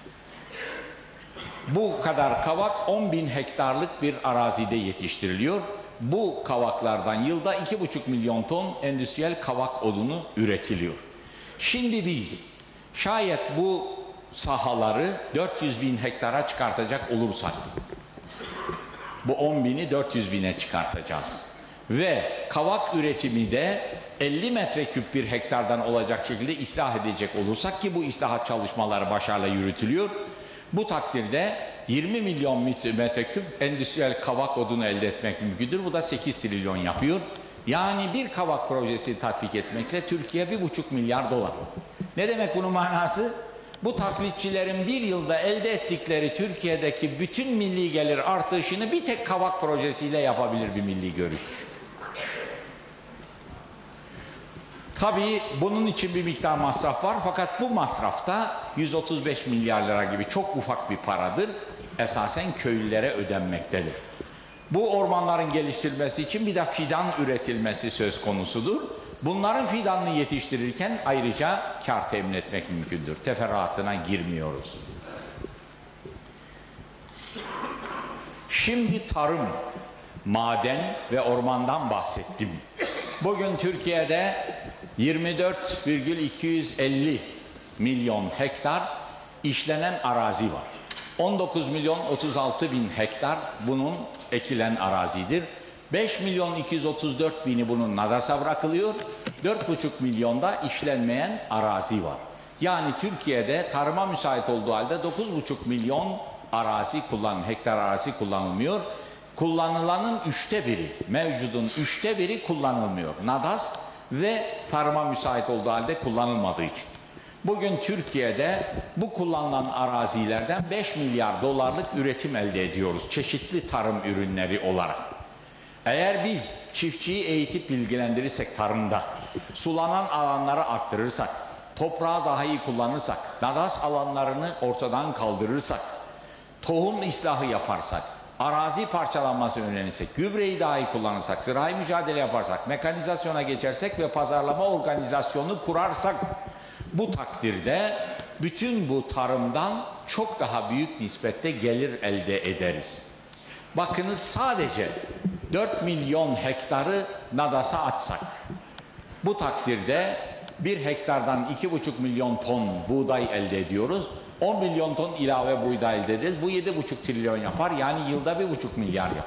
Bu kadar kavak on bin hektarlık bir arazide yetiştiriliyor. Bu kavaklardan yılda iki buçuk milyon ton endüstriyel kavak odunu üretiliyor. Şimdi biz şayet bu sahaları dört yüz bin hektara çıkartacak olursak, bu on bini dört yüz bine çıkartacağız. Ve kavak üretimi de elli metreküp bir hektardan olacak şekilde ıslah edecek olursak ki bu ıslahat çalışmaları başarıyla yürütülüyor. Bu takdirde yirmi milyon metreküp endüstriyel kavak odunu elde etmek mümkündür. Bu da sekiz trilyon yapıyor. Yani bir kavak projesi tatbik etmekle Türkiye bir buçuk milyar dolar. Ne demek bunun manası? Bu taklitçilerin bir yılda elde ettikleri Türkiye'deki bütün milli gelir artışını bir tek kavak projesiyle yapabilir bir milli görüş. Tabii bunun için bir miktar masraf var fakat bu masrafta yüz otuz beş milyar lira gibi çok ufak bir paradır. Esasen köylülere ödenmektedir. Bu ormanların geliştirilmesi için bir de fidan üretilmesi söz konusudur. Bunların fidanını yetiştirirken ayrıca kar temin etmek mümkündür. Teferruatına girmiyoruz. Şimdi tarım, maden ve ormandan bahsettim. Bugün Türkiye'de yirmi dört virgül iki yüz elli milyon hektar işlenen arazi var. on dokuz milyon otuz altı bin hektar bunun ekilen arazidir. beş milyon iki yüz otuz dört bini bunun nadasa bırakılıyor. dört buçuk milyonda işlenmeyen arazi var. Yani Türkiye'de tarıma müsait olduğu halde dokuz buçuk milyon arazi kullan, hektar arazi kullanılmıyor. Kullanılanın üçte biri, mevcudun üçte biri kullanılmıyor. Nadas ve tarıma müsait olduğu halde kullanılmadığı için. Bugün Türkiye'de bu kullanılan arazilerden beş milyar dolarlık üretim elde ediyoruz. Çeşitli tarım ürünleri olarak. Eğer biz çiftçiyi eğitip bilgilendirirsek tarımda, sulanan alanları arttırırsak, toprağı daha iyi kullanırsak, nadas alanlarını ortadan kaldırırsak, tohum ıslahı yaparsak, arazi parçalanmasını önlenirsek, gübreyi daha iyi kullanırsak, zirai mücadele yaparsak, mekanizasyona geçersek ve pazarlama organizasyonu kurarsak, bu takdirde bütün bu tarımdan çok daha büyük nispette gelir elde ederiz. Bakınız sadece dört milyon hektarı Nadas'a atsak, bu takdirde bir hektardan iki buçuk milyon ton buğday elde ediyoruz. on milyon ton ilave buğday elde ederiz. Bu yedi buçuk trilyon yapar. Yani yılda bir buçuk milyar yapar.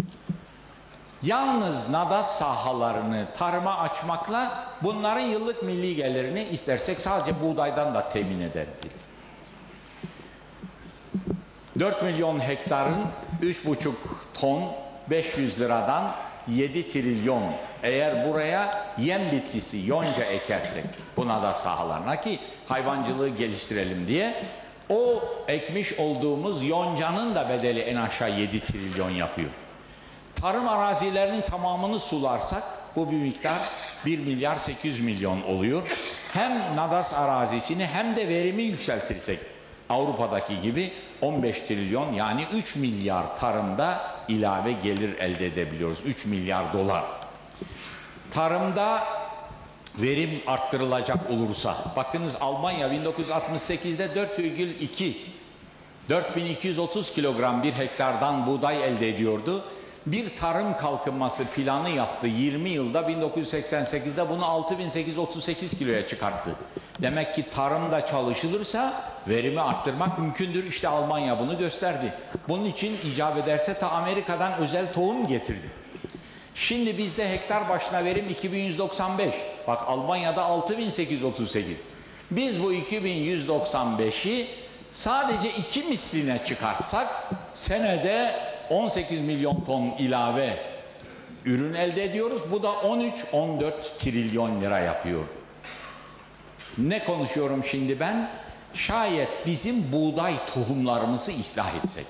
Yalnız Nadas sahalarını tarıma açmakla bunların yıllık milli gelirini istersek sadece buğdaydan da temin edebiliriz. dört milyon hektarın üç buçuk ton beş yüz liradan yedi trilyon. Eğer buraya yem bitkisi yonca ekersek buna da sahalarına ki hayvancılığı geliştirelim diye o ekmiş olduğumuz yoncanın da bedeli en aşağı yedi trilyon yapıyor. Tarım arazilerinin tamamını sularsak bu bir miktar bir milyar sekiz yüz milyon oluyor. Hem Nadas arazisini hem de verimi yükseltirsek Avrupa'daki gibi on beş trilyon yani üç milyar tarımda ilave gelir elde edebiliyoruz. üç milyar dolar. Tarımda verim arttırılacak olursa, bakınız Almanya bin dokuz yüz altmış sekizde dört virgül iki dört bin iki yüz otuz kilogram bir hektardan buğday elde ediyordu. Bir tarım kalkınması planı yaptı yirmi yılda, bin dokuz yüz seksen sekizde bunu altı bin sekiz yüz otuz sekiz kiloya çıkarttı. Demek ki tarımda çalışılırsa verimi arttırmak mümkündür. İşte Almanya bunu gösterdi. Bunun için icap ederse ta Amerika'dan özel tohum getirdi. Şimdi bizde hektar başına verim iki bin yüz doksan beş. Bak Almanya'da altı bin sekiz yüz otuz sekiz. Biz bu iki bin yüz doksan beşi sadece iki misline çıkartsak senede on sekiz milyon ton ilave ürün elde ediyoruz. Bu da on üç on dört trilyon lira yapıyor. Ne konuşuyorum şimdi ben? Şayet bizim buğday tohumlarımızı ıslah etsek.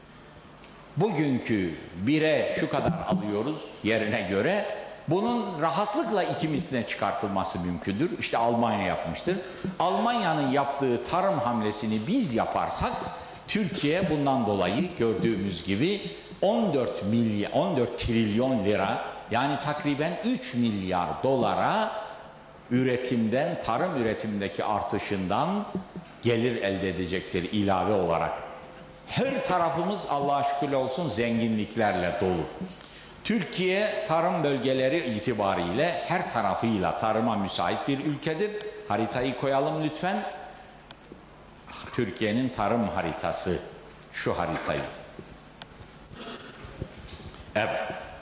Bugünkü bire şu kadar alıyoruz yerine göre. Bunun rahatlıkla iki misline çıkartılması mümkündür. İşte Almanya yapmıştır. Almanya'nın yaptığı tarım hamlesini biz yaparsak Türkiye bundan dolayı gördüğümüz gibi on dört milyar, on dört trilyon lira yani takriben üç milyar dolara üretimden, tarım üretimindeki artışından gelir elde edecektir ilave olarak. Her tarafımız Allah'a şükürler olsun zenginliklerle dolu. Türkiye tarım bölgeleri itibariyle her tarafıyla tarıma müsait bir ülkedir. Haritayı koyalım lütfen. Türkiye'nin tarım haritası. Şu haritayı. Evet.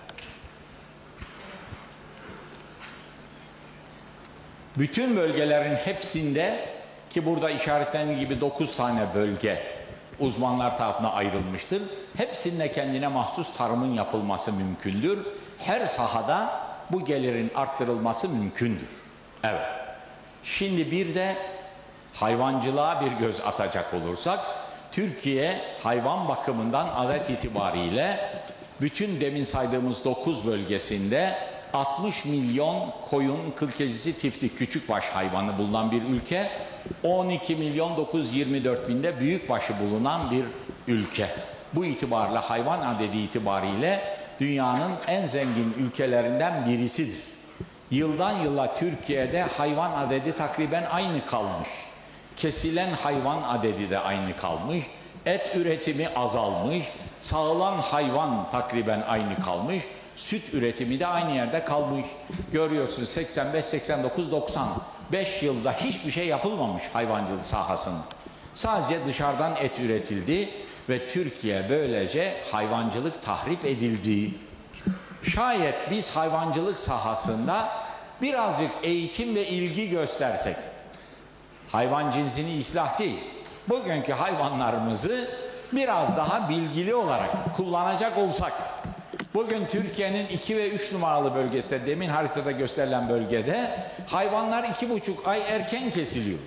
Bütün bölgelerin hepsinde ki burada işaretlendiği gibi dokuz tane bölge uzmanlar tarafından ayrılmıştır. Hepsinde kendine mahsus tarımın yapılması mümkündür. Her sahada bu gelirin arttırılması mümkündür. Evet. Şimdi bir de hayvancılığa bir göz atacak olursak, Türkiye hayvan bakımından adet itibariyle bütün demin saydığımız dokuz bölgesinde altmış milyon koyun, kıl keçisi, tiftik, küçükbaş hayvanı bulunan bir ülke, on iki milyon dokuz yüz yirmi dört binde büyükbaşı bulunan bir ülke. Bu itibarla hayvan adedi itibariyle dünyanın en zengin ülkelerinden birisidir. Yıldan yıla Türkiye'de hayvan adedi takriben aynı kalmış. Kesilen hayvan adedi de aynı kalmış. Et üretimi azalmış. Sağılan hayvan takriben aynı kalmış. Süt üretimi de aynı yerde kalmış. Görüyorsunuz seksen beş, seksen dokuz, doksan. beş yılda hiçbir şey yapılmamış hayvancılık sahasında. Sadece dışarıdan et üretildi ve Türkiye böylece hayvancılık tahrip edildi. Şayet biz hayvancılık sahasında birazcık eğitim ve ilgi göstersek, hayvan cinsini ıslah değil, bugünkü hayvanlarımızı biraz daha bilgili olarak kullanacak olsak, bugün Türkiye'nin iki ve üç numaralı bölgesinde, demin haritada gösterilen bölgede hayvanlar iki buçuk ay erken kesiliyor.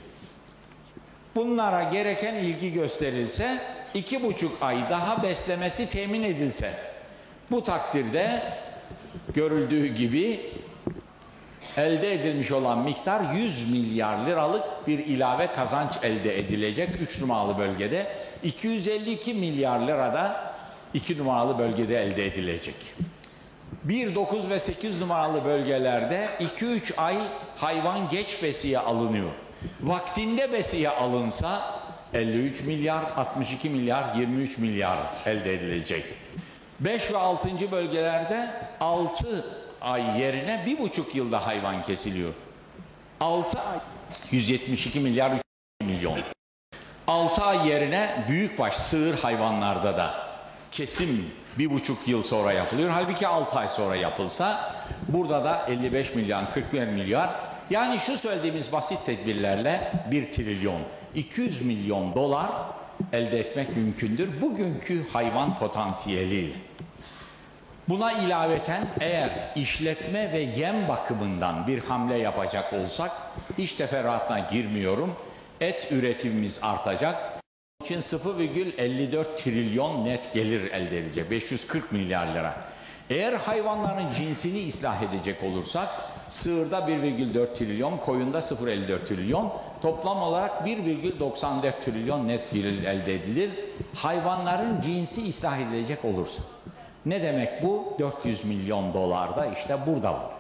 Bunlara gereken ilgi gösterilse, iki buçuk ay daha beslemesi temin edilse, bu takdirde görüldüğü gibi elde edilmiş olan miktar yüz milyar liralık bir ilave kazanç elde edilecek üç numaralı bölgede. iki yüz elli iki milyar lirada iki numaralı bölgede elde edilecek. bir, dokuz ve sekiz numaralı bölgelerde iki üç ay hayvan geç besiye alınıyor. Vaktinde besiye alınsa elli üç milyar, altmış iki milyar, yirmi üç milyar elde edilecek. beş ve altıncı bölgelerde altı ay yerine bir buçuk yılda hayvan kesiliyor. altı ay yüz yetmiş iki milyar milyon. altı ay yerine büyükbaş sığır hayvanlarda da kesim bir buçuk yıl sonra yapılıyor. Halbuki altı ay sonra yapılsa burada da elli beş milyar, kırk bir milyar. Yani şu söylediğimiz basit tedbirlerle bir trilyon, iki yüz milyon dolar elde etmek mümkündür. Bugünkü hayvan potansiyeliyle. Buna ilaveten eğer işletme ve yem bakımından bir hamle yapacak olsak, hiç teferruatına girmiyorum, et üretimimiz artacak. Onun için sıfır virgül elli dört trilyon net gelir elde edilecek, beş yüz kırk milyar lira. Eğer hayvanların cinsini ıslah edecek olursak, sığırda bir virgül dört trilyon, koyunda sıfır virgül elli dört trilyon, toplam olarak bir virgül doksan dört trilyon net gelir elde edilir. Hayvanların cinsi ıslah edilecek olursa. Ne demek bu? dört yüz milyon dolar da işte burada var.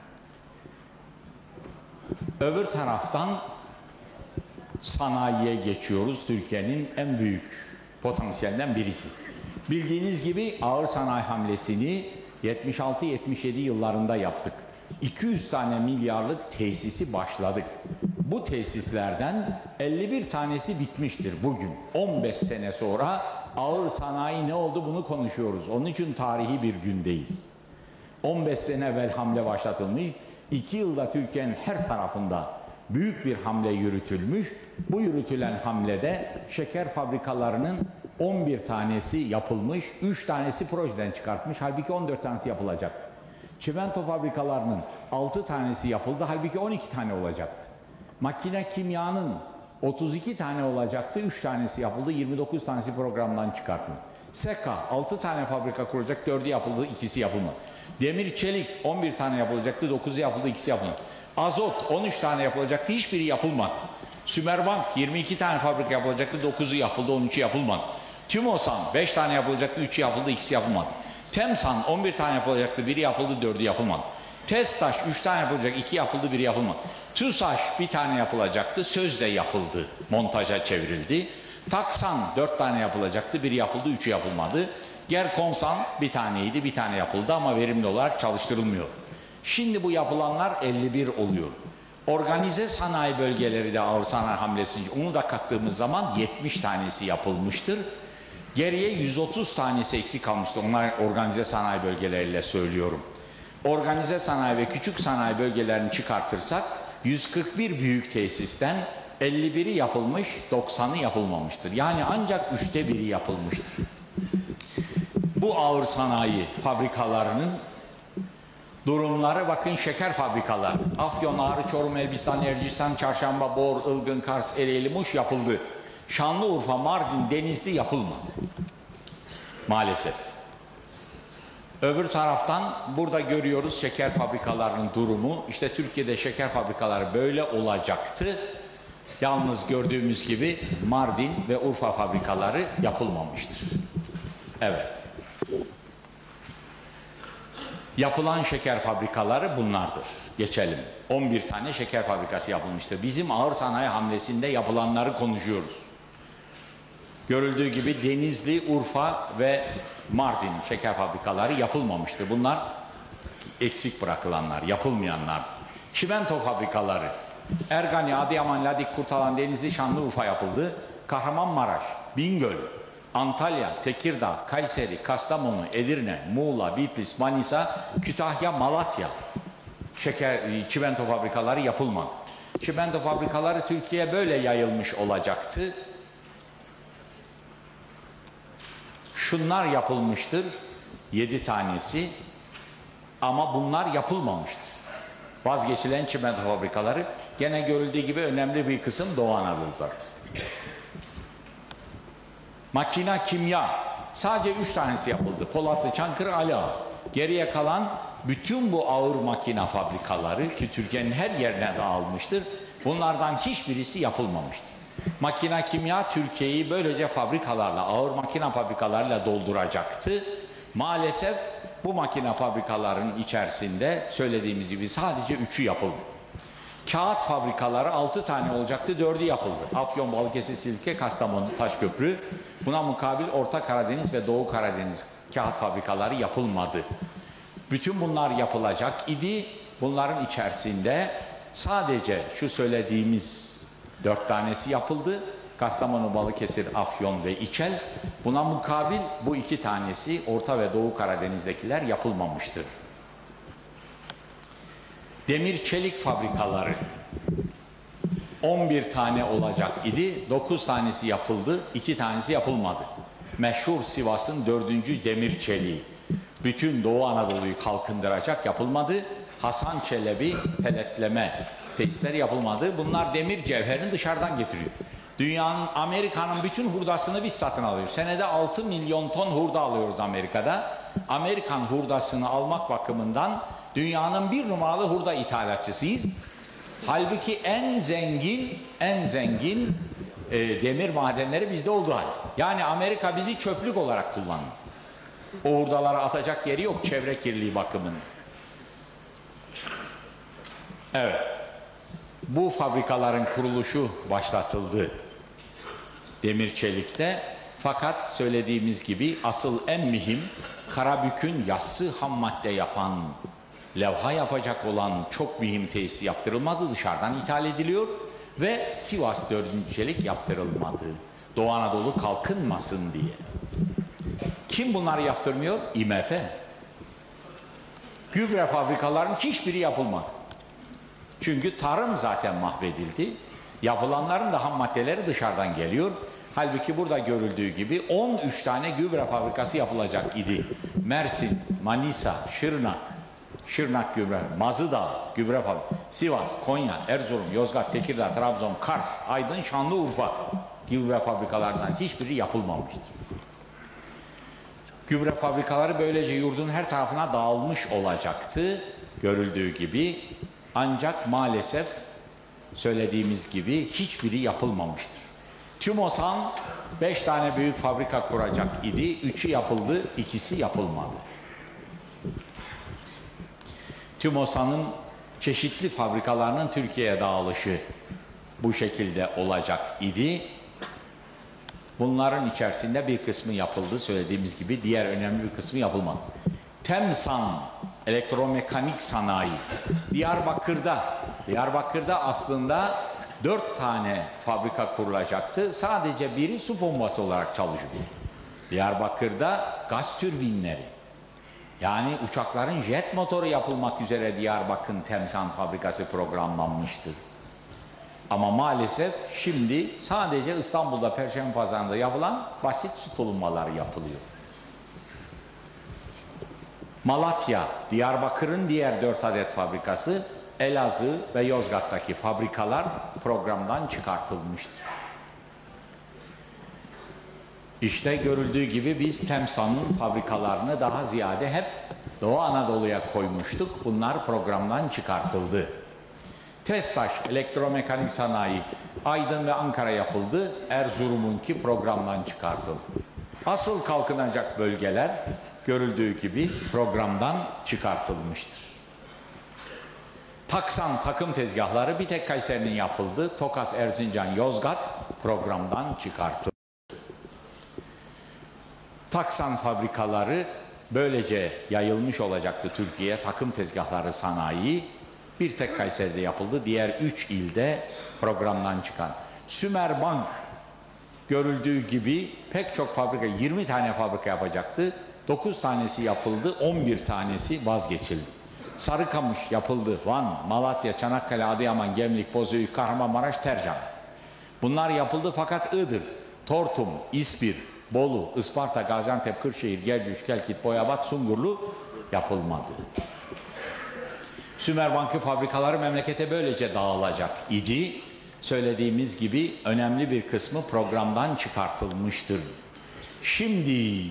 Öbür taraftan sanayiye geçiyoruz. Türkiye'nin en büyük potansiyelinden birisi. Bildiğiniz gibi ağır sanayi hamlesini yetmiş altı yetmiş yedi yıllarında yaptık. iki yüz tane milyarlık tesisi başladık. Bu tesislerden elli bir tanesi bitmiştir bugün. on beş sene sonra ağır sanayi ne oldu bunu konuşuyoruz. Onun için tarihi bir gündeyiz. on beş sene evvel hamle başlatılmış. iki yılda Türkiye'nin her tarafında büyük bir hamle yürütülmüş. Bu yürütülen hamlede şeker fabrikalarının on bir tanesi yapılmış, üç tanesi projeden çıkartmış. Halbuki on dört tanesi yapılacak. Çimento fabrikalarının altı tanesi yapıldı. Halbuki on iki tane olacaktı. Makine kimyanın otuz iki tane olacaktı, üç tanesi yapıldı, yirmi dokuz tanesi programdan çıkartıldı. SEKA altı tane fabrika kuracak, dördü yapıldı, ikisi yapılmadı. Demir çelik on bir tane yapılacaktı, dokuzu yapıldı, ikisi yapılmadı. Azot on üç tane yapılacaktı, hiçbiri yapılmadı. Sümerbank yirmi iki tane fabrika yapılacaktı, dokuzu yapıldı, on üçü yapılmadı. Tümosan beş tane yapılacaktı, üçü yapıldı, ikisi yapılmadı. Temsan on bir tane yapılacaktı, biri yapıldı, dördü yapılmadı. TESTAŞ üç tane yapılacak, iki yapıldı, biri yapılmadı. TÜSAŞ bir tane yapılacaktı, sözde yapıldı, montaja çevrildi. Taksan dört tane yapılacaktı, biri yapıldı, üçü yapılmadı. Gerkonsan bir taneydi, bir tane yapıldı ama verimli olarak çalıştırılmıyor. Şimdi bu yapılanlar elli bir oluyor. Organize sanayi bölgeleri de ağır sanayi hamlesince onu da kattığımız zaman yetmiş tanesi yapılmıştır. Geriye yüz otuz tanesi eksik kalmıştır. Onlar organize sanayi bölgeleriyle söylüyorum. Organize sanayi ve küçük sanayi bölgelerini çıkartırsak yüz kırk bir büyük tesisten elli biri yapılmış, doksanı yapılmamıştır. Yani ancak üçte biri yapılmıştır. Bu ağır sanayi fabrikalarının durumları, bakın şeker fabrikaları. Afyon, Ağrı, Çorum, Elbistan, Ercistan, Çarşamba, Bor, Ilgın, Kars, Ereğli, Muş yapıldı. Şanlıurfa, Mardin, Denizli yapılmadı. Maalesef. Öbür taraftan burada görüyoruz şeker fabrikalarının durumu. İşte Türkiye'de şeker fabrikaları böyle olacaktı. Yalnız gördüğümüz gibi Mardin ve Urfa fabrikaları yapılmamıştır. Evet. Yapılan şeker fabrikaları bunlardır. Geçelim. on bir tane şeker fabrikası yapılmıştır. Bizim ağır sanayi hamlesinde yapılanları konuşuyoruz. Görüldüğü gibi Denizli, Urfa ve Mardin şeker fabrikaları yapılmamıştır. Bunlar eksik bırakılanlar, yapılmayanlar. Çimento fabrikaları, Ergani, Adıyaman, Ladik, Kurtalan, Denizli, Şanlıurfa yapıldı. Kahramanmaraş, Bingöl, Antalya, Tekirdağ, Kayseri, Kastamonu, Edirne, Muğla, Bitlis, Manisa, Kütahya, Malatya şeker, çimento fabrikaları yapılmadı. Çimento fabrikaları Türkiye'ye böyle yayılmış olacaktı. Şunlar yapılmıştır, yedi tanesi, ama bunlar yapılmamıştır. Vazgeçilen çimento fabrikaları, gene görüldüğü gibi önemli bir kısım Doğu Anadolu'da. Makina kimya, sadece üç tanesi yapıldı. Polatlı, Çankırı, Ali Ağa. Geriye kalan bütün bu ağır makina fabrikaları ki Türkiye'nin her yerine dağılmıştır. Bunlardan hiçbirisi yapılmamıştır. Makina kimya Türkiye'yi böylece fabrikalarla, ağır makina fabrikalarıyla dolduracaktı. Maalesef bu makina fabrikalarının içerisinde söylediğimiz gibi sadece üçü yapıldı. Kağıt fabrikaları altı tane olacaktı, dördü yapıldı. Afyon, Balıkesir, Silifke, Kastamonu, Taşköprü. Buna mukabil Orta Karadeniz ve Doğu Karadeniz kağıt fabrikaları yapılmadı. Bütün bunlar yapılacak idi. Bunların içerisinde sadece şu söylediğimiz dört tanesi yapıldı. Kastamonu, Balıkesir, Afyon ve İçel. Buna mukabil bu iki tanesi Orta ve Doğu Karadeniz'dekiler yapılmamıştır. Demir çelik fabrikaları on bir tane olacak idi. dokuz tanesi yapıldı, iki tanesi yapılmadı. Meşhur Sivas'ın dördüncü demir çeliği. Bütün Doğu Anadolu'yu kalkındıracak, yapılmadı. Hasan Çelebi peletleme tesisleri yapılmadı. Bunlar demir cevherini dışarıdan getiriyor. Dünyanın, Amerika'nın bütün hurdasını biz satın alıyoruz. Senede altı milyon ton hurda alıyoruz Amerika'da. Amerikan hurdasını almak bakımından dünyanın bir numaralı hurda ithalatçısıyız. Halbuki en zengin, en zengin e, demir madenleri bizde olduğu hal. Yani Amerika bizi çöplük olarak kullandı. O hurdalara atacak yeri yok çevre kirliliği bakımından. Evet. Bu fabrikaların kuruluşu başlatıldı demir çelikte. Fakat söylediğimiz gibi asıl en mühim Karabük'ün yassı ham madde yapan, levha yapacak olan çok mühim tesisi yaptırılmadı, dışarıdan ithal ediliyor ve Sivas dördüncü çelik yaptırılmadı. Doğu Anadolu kalkınmasın diye. Kim bunları yaptırmıyor? İ M F. Gübre fabrikalarının hiçbiri yapılmadı. Çünkü tarım zaten mahvedildi. Yapılanların da ham maddeleri dışarıdan geliyor. Halbuki burada görüldüğü gibi on üç tane gübre fabrikası yapılacak idi. Mersin, Manisa, Şırnak, Şırnak gübre, Mazıdağ gübre fabrikası, Sivas, Konya, Erzurum, Yozgat, Tekirdağ, Trabzon, Kars, Aydın, Şanlıurfa gübre fabrikalarından hiçbiri yapılmamıştır. Gübre fabrikaları böylece yurdun her tarafına dağılmış olacaktı görüldüğü gibi. Ancak maalesef söylediğimiz gibi hiçbiri yapılmamıştır. TÜMOSAN beş tane büyük fabrika kuracak idi. Üçü yapıldı, ikisi yapılmadı. TÜMOSAN'ın çeşitli fabrikalarının Türkiye'ye dağılışı bu şekilde olacak idi. Bunların içerisinde bir kısmı yapıldı, söylediğimiz gibi diğer önemli bir kısmı yapılmadı. TEMSAN, elektromekanik sanayi, Diyarbakır'da, Diyarbakır'da aslında dört tane fabrika kurulacaktı. Sadece biri su bombası olarak çalışıyor. Diyarbakır'da gaz türbinleri, yani uçakların jet motoru yapılmak üzere Diyarbakır'ın TEMSAN fabrikası programlanmıştı. Ama maalesef şimdi sadece İstanbul'da Perşembepazarı'nda yapılan basit su tulumbaları yapılıyor. Malatya, Diyarbakır'ın diğer dört adet fabrikası, Elazığ ve Yozgat'taki fabrikalar programdan çıkartılmıştır. İşte görüldüğü gibi biz TEMSAN'ın fabrikalarını daha ziyade hep Doğu Anadolu'ya koymuştuk. Bunlar programdan çıkartıldı. TESTAŞ, elektromekanik sanayi, Aydın ve Ankara yapıldı. Erzurum'unki programdan çıkartıldı. Asıl kalkınacak bölgeler görüldüğü gibi programdan çıkartılmıştır. Taksan takım tezgahları bir tek Kayseri'nin yapıldı. Tokat, Erzincan, Yozgat programdan çıkartıldı. Taksan fabrikaları böylece yayılmış olacaktı Türkiye'ye. Takım tezgahları sanayi bir tek Kayseri'de yapıldı. Diğer üç ilde programdan çıkan. Sümerbank görüldüğü gibi pek çok fabrika, yirmi tane fabrika yapacaktı. dokuz tanesi yapıldı, on bir tanesi vazgeçildi. Sarıkamış yapıldı. Van, Malatya, Çanakkale, Adıyaman, Gemlik, Bozüyük, Kahramanmaraş, Tercan. Bunlar yapıldı fakat Iğdır, Tortum, İspir, Bolu, Isparta, Gaziantep, Kırşehir, Gercüş, Kelkit, Boyabat, Sungurlu yapılmadı. Sümerbank'ı fabrikaları memlekete böylece dağılacak idi. Söylediğimiz gibi önemli bir kısmı programdan çıkartılmıştır. Şimdi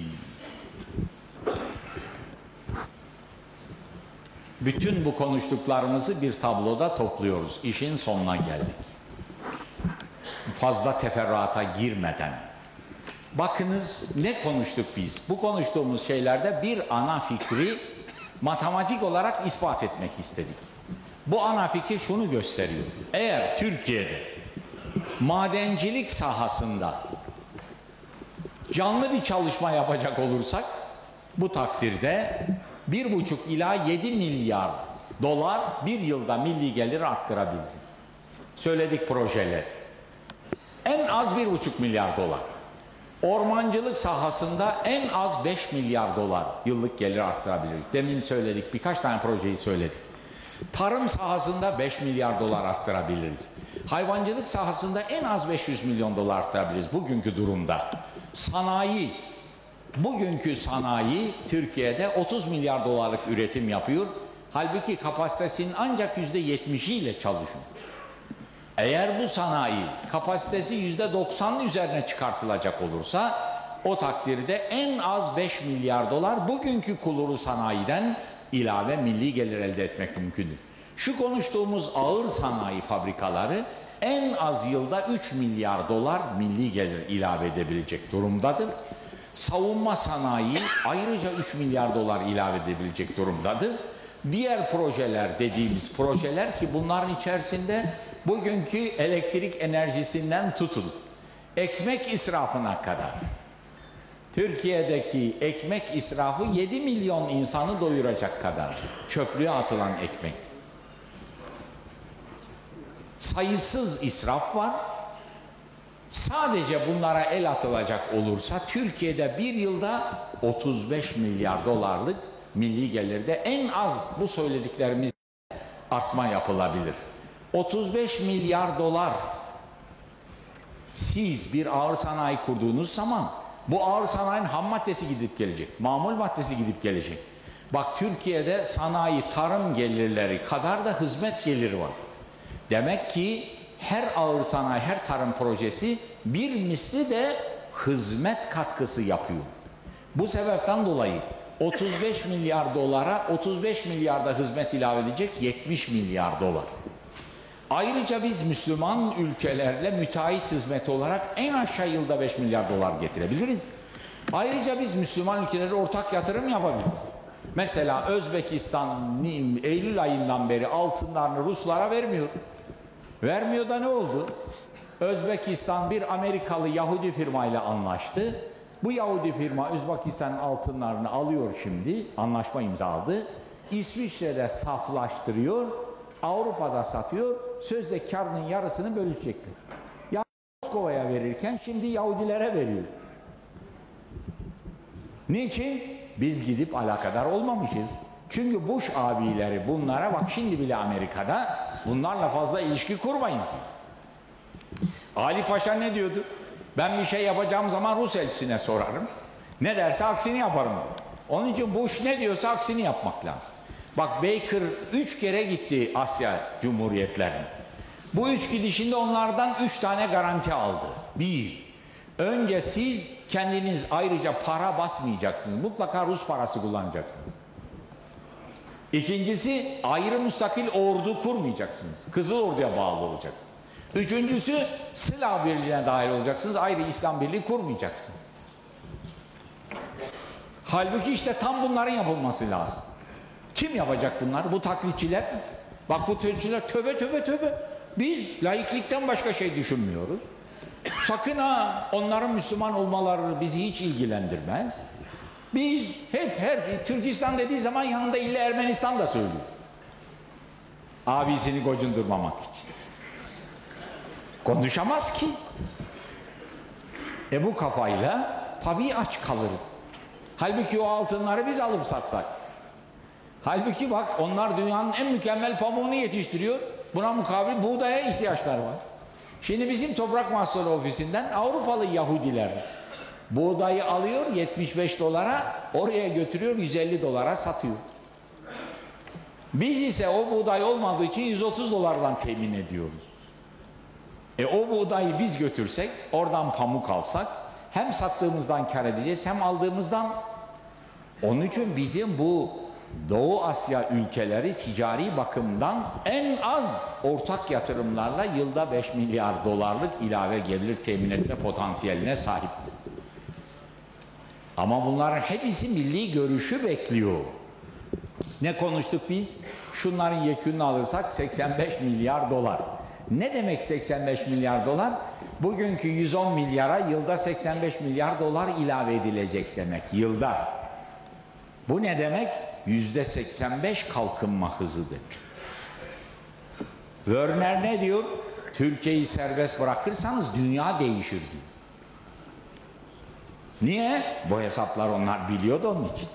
bütün bu konuştuklarımızı bir tabloda topluyoruz. İşin sonuna geldik. Fazla teferruata girmeden. Bakınız ne konuştuk biz? Bu konuştuğumuz şeylerde bir ana fikri matematik olarak ispat etmek istedik. Bu ana fikir şunu gösteriyor. Eğer Türkiye'de madencilik sahasında canlı bir çalışma yapacak olursak, bu takdirde bir buçuk ila yedi milyar dolar bir yılda milli gelir arttırabiliriz. Söyledik projeler. En az bir buçuk milyar dolar. Ormancılık sahasında en az beş milyar dolar yıllık gelir arttırabiliriz. Demin söyledik, birkaç tane projeyi söyledik. Tarım sahasında beş milyar dolar arttırabiliriz. Hayvancılık sahasında en az beş yüz milyon dolar arttırabiliriz bugünkü durumda. Sanayi, bugünkü sanayi Türkiye'de otuz milyar dolarlık üretim yapıyor. Halbuki kapasitesinin ancak yüzde yetmişiyle çalışıyor. Eğer bu sanayi kapasitesi yüzde doksanın üzerine çıkartılacak olursa, o takdirde en az beş milyar dolar bugünkü kurulu sanayiden ilave milli gelir elde etmek mümkündür. Şu konuştuğumuz ağır sanayi fabrikaları en az yılda üç milyar dolar milli gelir ilave edebilecek durumdadır. Savunma sanayi ayrıca üç milyar dolar ilave edebilecek durumdadır. Diğer projeler dediğimiz projeler ki bunların içerisinde bugünkü elektrik enerjisinden tutun, ekmek israfına kadar. Türkiye'deki ekmek israfı yedi milyon insanı doyuracak kadar çöplüğe atılan ekmek. Sayısız israf var. Sadece bunlara el atılacak olursa Türkiye'de bir yılda otuz beş milyar dolarlık milli gelirde en az bu söylediklerimiz artma yapılabilir. otuz beş milyar dolar siz bir ağır sanayi kurduğunuz zaman bu ağır sanayinin ham maddesi gidip gelecek, mamul maddesi gidip gelecek. Bak, Türkiye'de sanayi, tarım gelirleri kadar da hizmet geliri var. Demek ki her ağır sanayi, her tarım projesi bir misli de hizmet katkısı yapıyor. Bu sebepten dolayı otuz beş milyar dolara otuz beş milyarda hizmet ilave edecek yetmiş milyar dolar. Ayrıca biz Müslüman ülkelerle müteahhit hizmeti olarak en aşağı yılda beş milyar dolar getirebiliriz. Ayrıca biz Müslüman ülkelere ortak yatırım yapabiliriz. Mesela Özbekistan Eylül ayından beri altınlarını Ruslara vermiyor. Vermiyor da ne oldu? Özbekistan bir Amerikalı Yahudi firmayla anlaştı. Bu Yahudi firma Özbekistan'ın altınlarını alıyor şimdi, anlaşma imzaladı. İsviçre'de saflaştırıyor, Avrupa'da satıyor, sözde karının yarısını bölecekler. Ya Moskova'ya verirken şimdi Yahudilere veriyor. Niçin? Biz gidip alakadar olmamışız. Çünkü Bush abileri bunlara, bak şimdi bile Amerika'da, bunlarla fazla ilişki kurmayın diyor. Ali Paşa ne diyordu? Ben bir şey yapacağım zaman Rus elçisine sorarım. Ne derse aksini yaparım diyor. Onun için Bush ne diyorsa aksini yapmak lazım. Bak, Baker üç kere gitti Asya Cumhuriyetlerine. Bu üç gidişinde onlardan üç tane garanti aldı. Bir, önce siz kendiniz ayrıca para basmayacaksınız. Mutlaka Rus parası kullanacaksınız. İkincisi, ayrı müstakil ordu kurmayacaksınız. Kızıl Ordu'ya bağlı olacaksınız. Üçüncüsü, Sıla Birliği'ne dahil olacaksınız. Ayrı İslam Birliği kurmayacaksınız. Halbuki işte tam bunların yapılması lazım. Kim yapacak bunlar? Bu taklitçiler. Bak, bu taklitçiler töbe töbe töbe. Biz laiklikten başka şey düşünmüyoruz. Sakın ha, onların Müslüman olmaları bizi hiç ilgilendirmez. Biz hep her Türkistan dediği zaman yanında illa Ermenistan da söylüyor. Abisini gocundurmamak için. Konuşamaz ki. E bu kafayla tabii aç kalırız. Halbuki o altınları biz alıp satsak. Halbuki bak, onlar dünyanın en mükemmel pamuğunu yetiştiriyor. Buna mukabil buğdaya ihtiyaçları var. Şimdi bizim Toprak Mahsulü Ofisi'nden Avrupalı Yahudiler buğdayı alıyor yetmiş beş dolara, oraya götürüyor yüz elli dolara satıyor. Biz ise o buğday olmadığı için yüz otuz dolardan temin ediyoruz. E o buğdayı biz götürsek, oradan pamuk alsak, hem sattığımızdan kar edeceğiz hem aldığımızdan. Onun için bizim bu Doğu Asya ülkeleri ticari bakımdan en az ortak yatırımlarla yılda beş milyar dolarlık ilave gelir temin etme potansiyeline sahiptir. Ama bunların hepsi milli görüşü bekliyor. Ne konuştuk biz? Şunların yekününü alırsak seksen beş milyar dolar. Ne demek seksen beş milyar dolar? Bugünkü yüz on milyara yılda seksen beş milyar dolar ilave edilecek demek. Yılda. Bu ne demek? yüzde seksen beş kalkınma hızı demek. Werner ne diyor? Türkiye'yi serbest bırakırsanız dünya değişir diyor. Niye? Bu hesaplar onlar biliyordu onun için.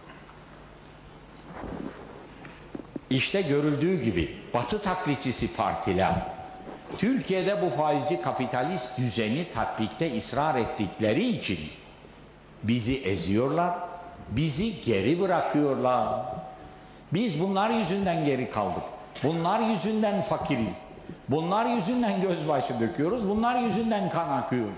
İşte görüldüğü gibi Batı taklitçisi partiler Türkiye'de bu faizci kapitalist düzeni tatbikte ısrar ettikleri için bizi eziyorlar, bizi geri bırakıyorlar. Biz bunlar yüzünden geri kaldık. Bunlar yüzünden fakiriz. Bunlar yüzünden gözbaşı döküyoruz. Bunlar yüzünden kan akıyor.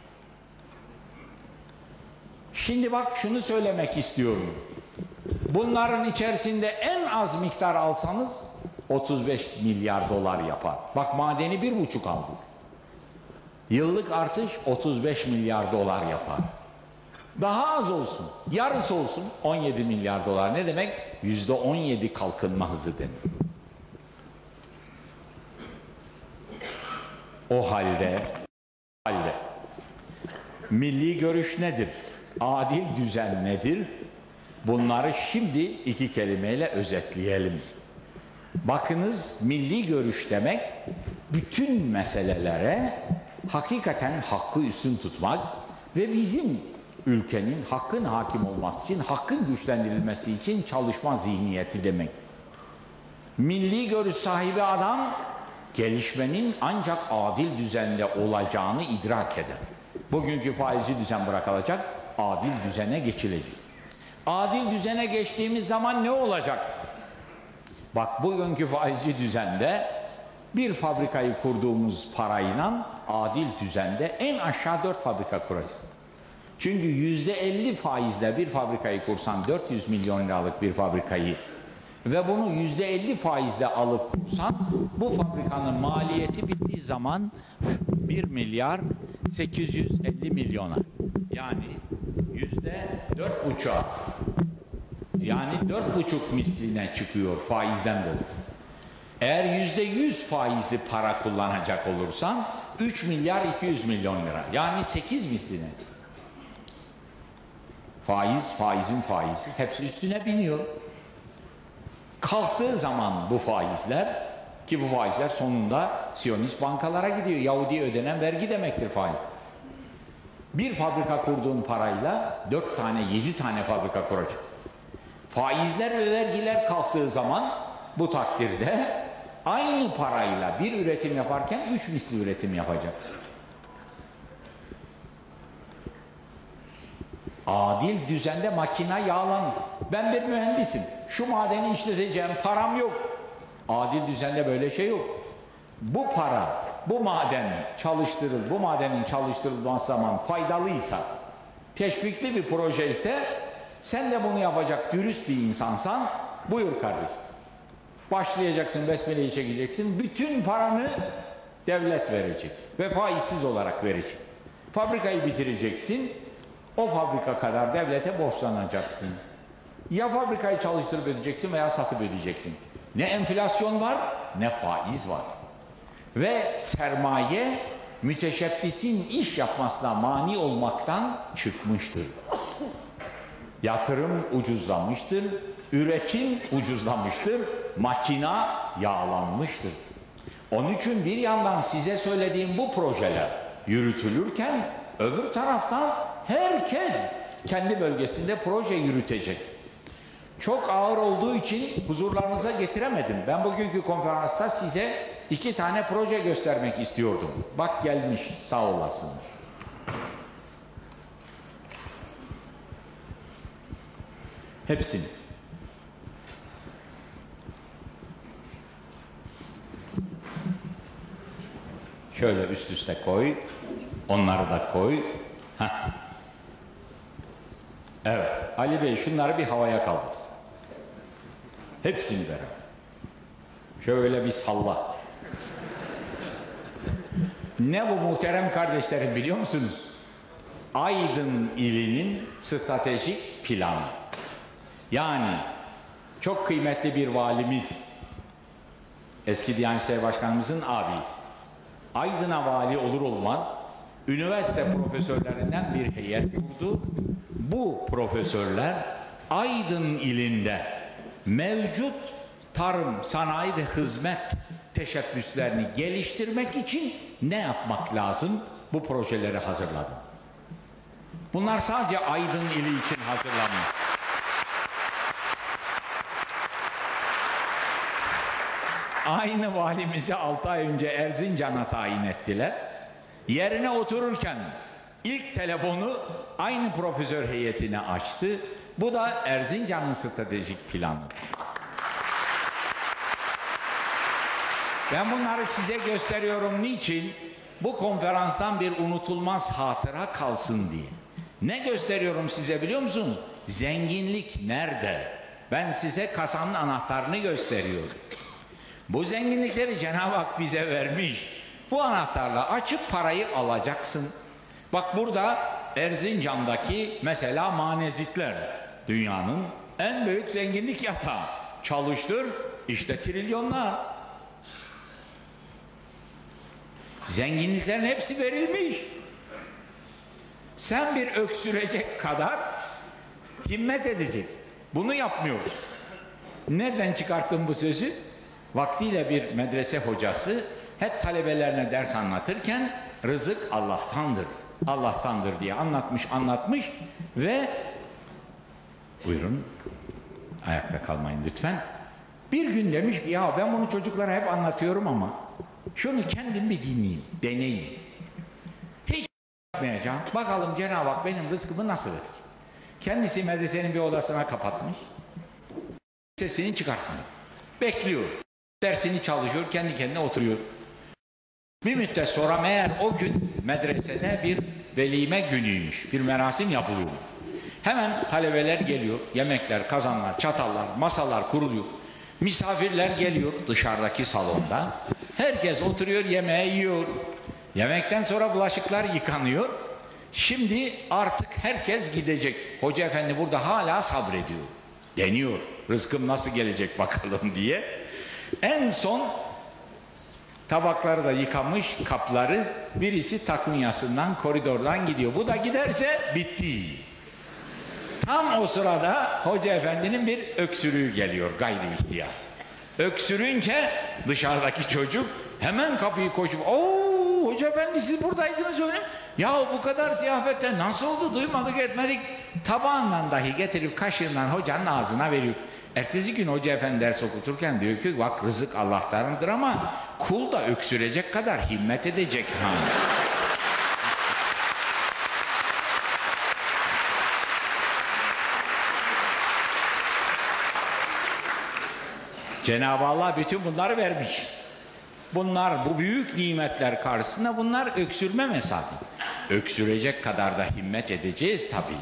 Şimdi bak şunu söylemek istiyorum. Bunların içerisinde en az miktar alsanız otuz beş milyar dolar yapar. Bak madeni bir buçuk aldık. Yıllık artış otuz beş milyar dolar yapar. Daha az olsun, yarısı olsun on yedi milyar dolar. Ne demek? yüzde on yedi kalkınma hızı demek. O halde, halde milli görüş nedir? Adil düzen nedir? Bunları şimdi iki kelimeyle özetleyelim. Bakınız, milli görüş demek bütün meselelere hakikaten hakkı üstün tutmak ve bizim ülkenin hakkın hakim olması için, hakkın güçlendirilmesi için çalışma zihniyeti demek. Milli görüş sahibi adam gelişmenin ancak adil düzende olacağını idrak eder. Bugünkü faizci düzen bırakılacak, adil düzene geçilecek. Adil düzene geçtiğimiz zaman ne olacak? Bak, bugünkü faizci düzende bir fabrikayı kurduğumuz parayla adil düzende en aşağı dört fabrika kuracağız. Çünkü yüzde elli faizle bir fabrikayı kursan, dört yüz milyon liralık bir fabrikayı ve bunu yüzde elli faizle alıp kursan, bu fabrikanın maliyeti bittiği zaman bir milyar sekiz yüz elli milyona, yani yüzde dört buçuğa, yani dört buçuk misline çıkıyor faizden dolayı. Eğer yüzde yüz faizli para kullanacak olursan üç milyar iki yüz milyon lira, yani sekiz misline. Faiz, faizin faizi hepsi üstüne biniyor. Kalktığı zaman bu faizler, ki bu faizler sonunda Siyonist bankalara gidiyor. Yahudi'ye ödenen vergi demektir faiz. Bir fabrika kurduğun parayla dört tane, yedi tane fabrika kuracak. Faizler ve vergiler kalktığı zaman bu takdirde aynı parayla bir üretim yaparken üç misli üretim yapacaksın. Adil düzende makina yağlanır. Ben bir mühendisim. Şu madeni işleteceğim, param yok. Adil düzende böyle şey yok. Bu para, bu maden çalıştırıl, bu madenin çalıştırılması zaman faydalıysa, teşvikli bir proje ise, sen de bunu yapacak dürüst bir insansan, buyur kardeş. Başlayacaksın, besmeleyi çekeceksin, bütün paranı devlet verecek ve faizsiz olarak verecek. Fabrikayı bitireceksin, o fabrika kadar devlete borçlanacaksın. Ya fabrikayı çalıştırıp ödeyeceksin veya satıp ödeyeceksin. Ne enflasyon var, ne faiz var. Ve sermaye müteşebbisin iş yapmasına mani olmaktan çıkmıştır. Yatırım ucuzlamıştır, üretim ucuzlamıştır, makina yağlanmıştır. Onun için bir yandan size söylediğim bu projeler yürütülürken öbür taraftan herkes kendi bölgesinde proje yürütecek. Çok ağır olduğu için huzurlarınıza getiremedim. Ben bugünkü konferansta size iki tane proje göstermek istiyordum. Bak gelmiş, sağ olasınız. Hepsini. Şöyle üst üste koy. Onları da koy. Heh. Evet. Ali Bey, şunları bir havaya kaldır. Hepsini beraber. Şöyle bir salla. Ne bu muhterem kardeşlerim biliyor musunuz? Aydın ilinin stratejik planı. Yani çok kıymetli bir valimiz, eski Diyanet İşleri Başkanımızın abisi. Aydın'a vali olur olmaz, üniversite profesörlerinden bir heyet kurdu. Bu profesörler Aydın ilinde mevcut tarım, sanayi ve hizmet teşebbüslerini geliştirmek için ne yapmak lazım? Bu projeleri hazırladı. Bunlar sadece Aydın ili için hazırlanmış. Aynı valimizi altı ay önce Erzincan'a tayin ettiler. Yerine otururken ilk telefonu aynı profesör heyetine açtı. Bu da Erzincan'ın stratejik planı. Ben bunları size gösteriyorum. Niçin? Bu konferanstan bir unutulmaz hatıra kalsın diye. Ne gösteriyorum size biliyor musunuz? Zenginlik nerede? Ben size kasanın anahtarını gösteriyorum. Bu zenginlikleri Cenab-ı Hak bize vermiş. Bu anahtarla açıp parayı alacaksın. Bak burada Erzincan'daki mesela manezitler dünyanın en büyük zenginlik yatağı. Çalıştır, işte trilyonlar. Zenginliklerin hepsi verilmiş. Sen bir öksürecek kadar himmet edeceksin. Bunu yapmıyoruz. Nereden çıkarttım bu sözü? Vaktiyle bir medrese hocası hep talebelerine ders anlatırken rızık Allah'tandır, Allah'tandır diye anlatmış anlatmış ve buyurun ayakta kalmayın lütfen. Bir gün demiş ki ya ben bunu çocuklara hep anlatıyorum ama şunu kendim bir dinleyeyim, deneyeyim. Hiç yapmayacağım. Bakalım Cenab-ı Hak benim rızkımı nasıl verir? Kendisi medresenin bir odasına kapatmış. Sesini çıkartmıyor. Bekliyor. Dersini çalışıyor, kendi kendine oturuyor. Bir müddet sonra meğer o gün medresede bir velime günüymüş, bir merasim yapılıyor. Hemen talebeler geliyor, yemekler, kazanlar, çatallar, masalar kuruluyor. Misafirler geliyor dışarıdaki salonda. Herkes oturuyor, yemeği yiyor. Yemekten sonra bulaşıklar yıkanıyor. Şimdi artık herkes gidecek. Hoca efendi burada hala sabrediyor. Deniyor, rızkım nasıl gelecek bakalım diye. En son tabakları da yıkamış, kapları, birisi takunyasından, koridordan gidiyor. Bu da giderse bitti. Tam o sırada Hoca Efendi'nin bir öksürüğü geliyor gayri ihtiyar. Öksürünce dışarıdaki çocuk hemen kapıyı koşup ooo Hoca Efendi siz buradaydınız öyle mi? Ya bu kadar ziyafette nasıl oldu duymadık etmedik. Tabağından dahi getirip kaşığından hocanın ağzına veriyor. Ertesi gün Hoca Efendi ders okuturken diyor ki bak rızık Allah'tandır ama kul da öksürecek kadar himmet edecek. Ha. Cenab-ı Allah bütün bunları vermiş. Bunlar bu büyük nimetler karşısında bunlar öksürme mesafe. Öksürecek kadar da himmet edeceğiz tabii.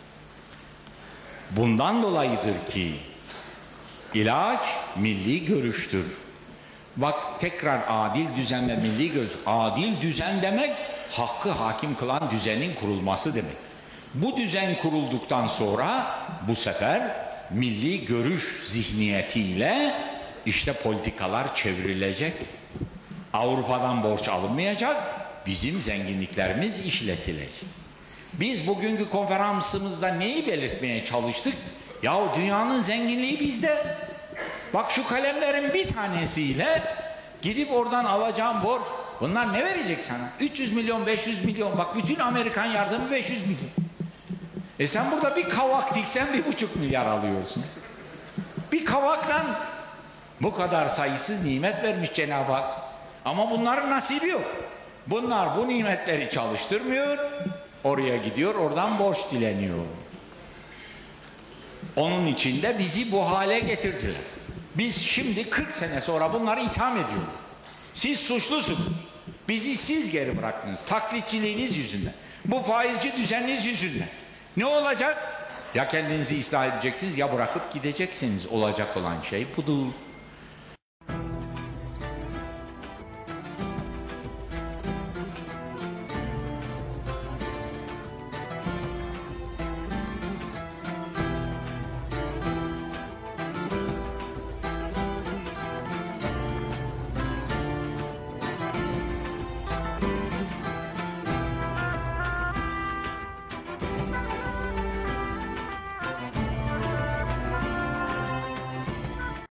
Bundan dolayıdır ki ilaç milli görüştür. Bak tekrar adil düzen ve milli görüş. Adil düzen demek hakkı hakim kılan düzenin kurulması demek. Bu düzen kurulduktan sonra bu sefer milli görüş zihniyetiyle işte politikalar çevrilecek. Avrupa'dan borç alınmayacak, bizim zenginliklerimiz işletilecek. Biz bugünkü konferansımızda neyi belirtmeye çalıştık? Yahu dünyanın zenginliği bizde. Bak şu kalemlerin bir tanesiyle gidip oradan alacağım borç. Bunlar ne verecek sana? üç yüz milyon, beş yüz milyon. Bak bütün Amerikan yardımı beş yüz milyon. E sen burada bir kavak diksen bir buçuk milyar alıyorsun. Bir kavaktan bu kadar sayısız nimet vermiş Cenab-ı Hak. Ama bunların nasibi yok. Bunlar bu nimetleri çalıştırmıyor. Oraya gidiyor, oradan borç dileniyor. Onun için de bizi bu hale getirdiler. Biz şimdi kırk sene sonra bunları itham ediyoruz. Siz suçlusunuz. Bizi siz geri bıraktınız. Taklitçiliğiniz yüzünden. Bu faizci düzeniniz yüzünden. Ne olacak? Ya kendinizi ıslah edeceksiniz ya bırakıp gideceksiniz. Olacak olan şey budur.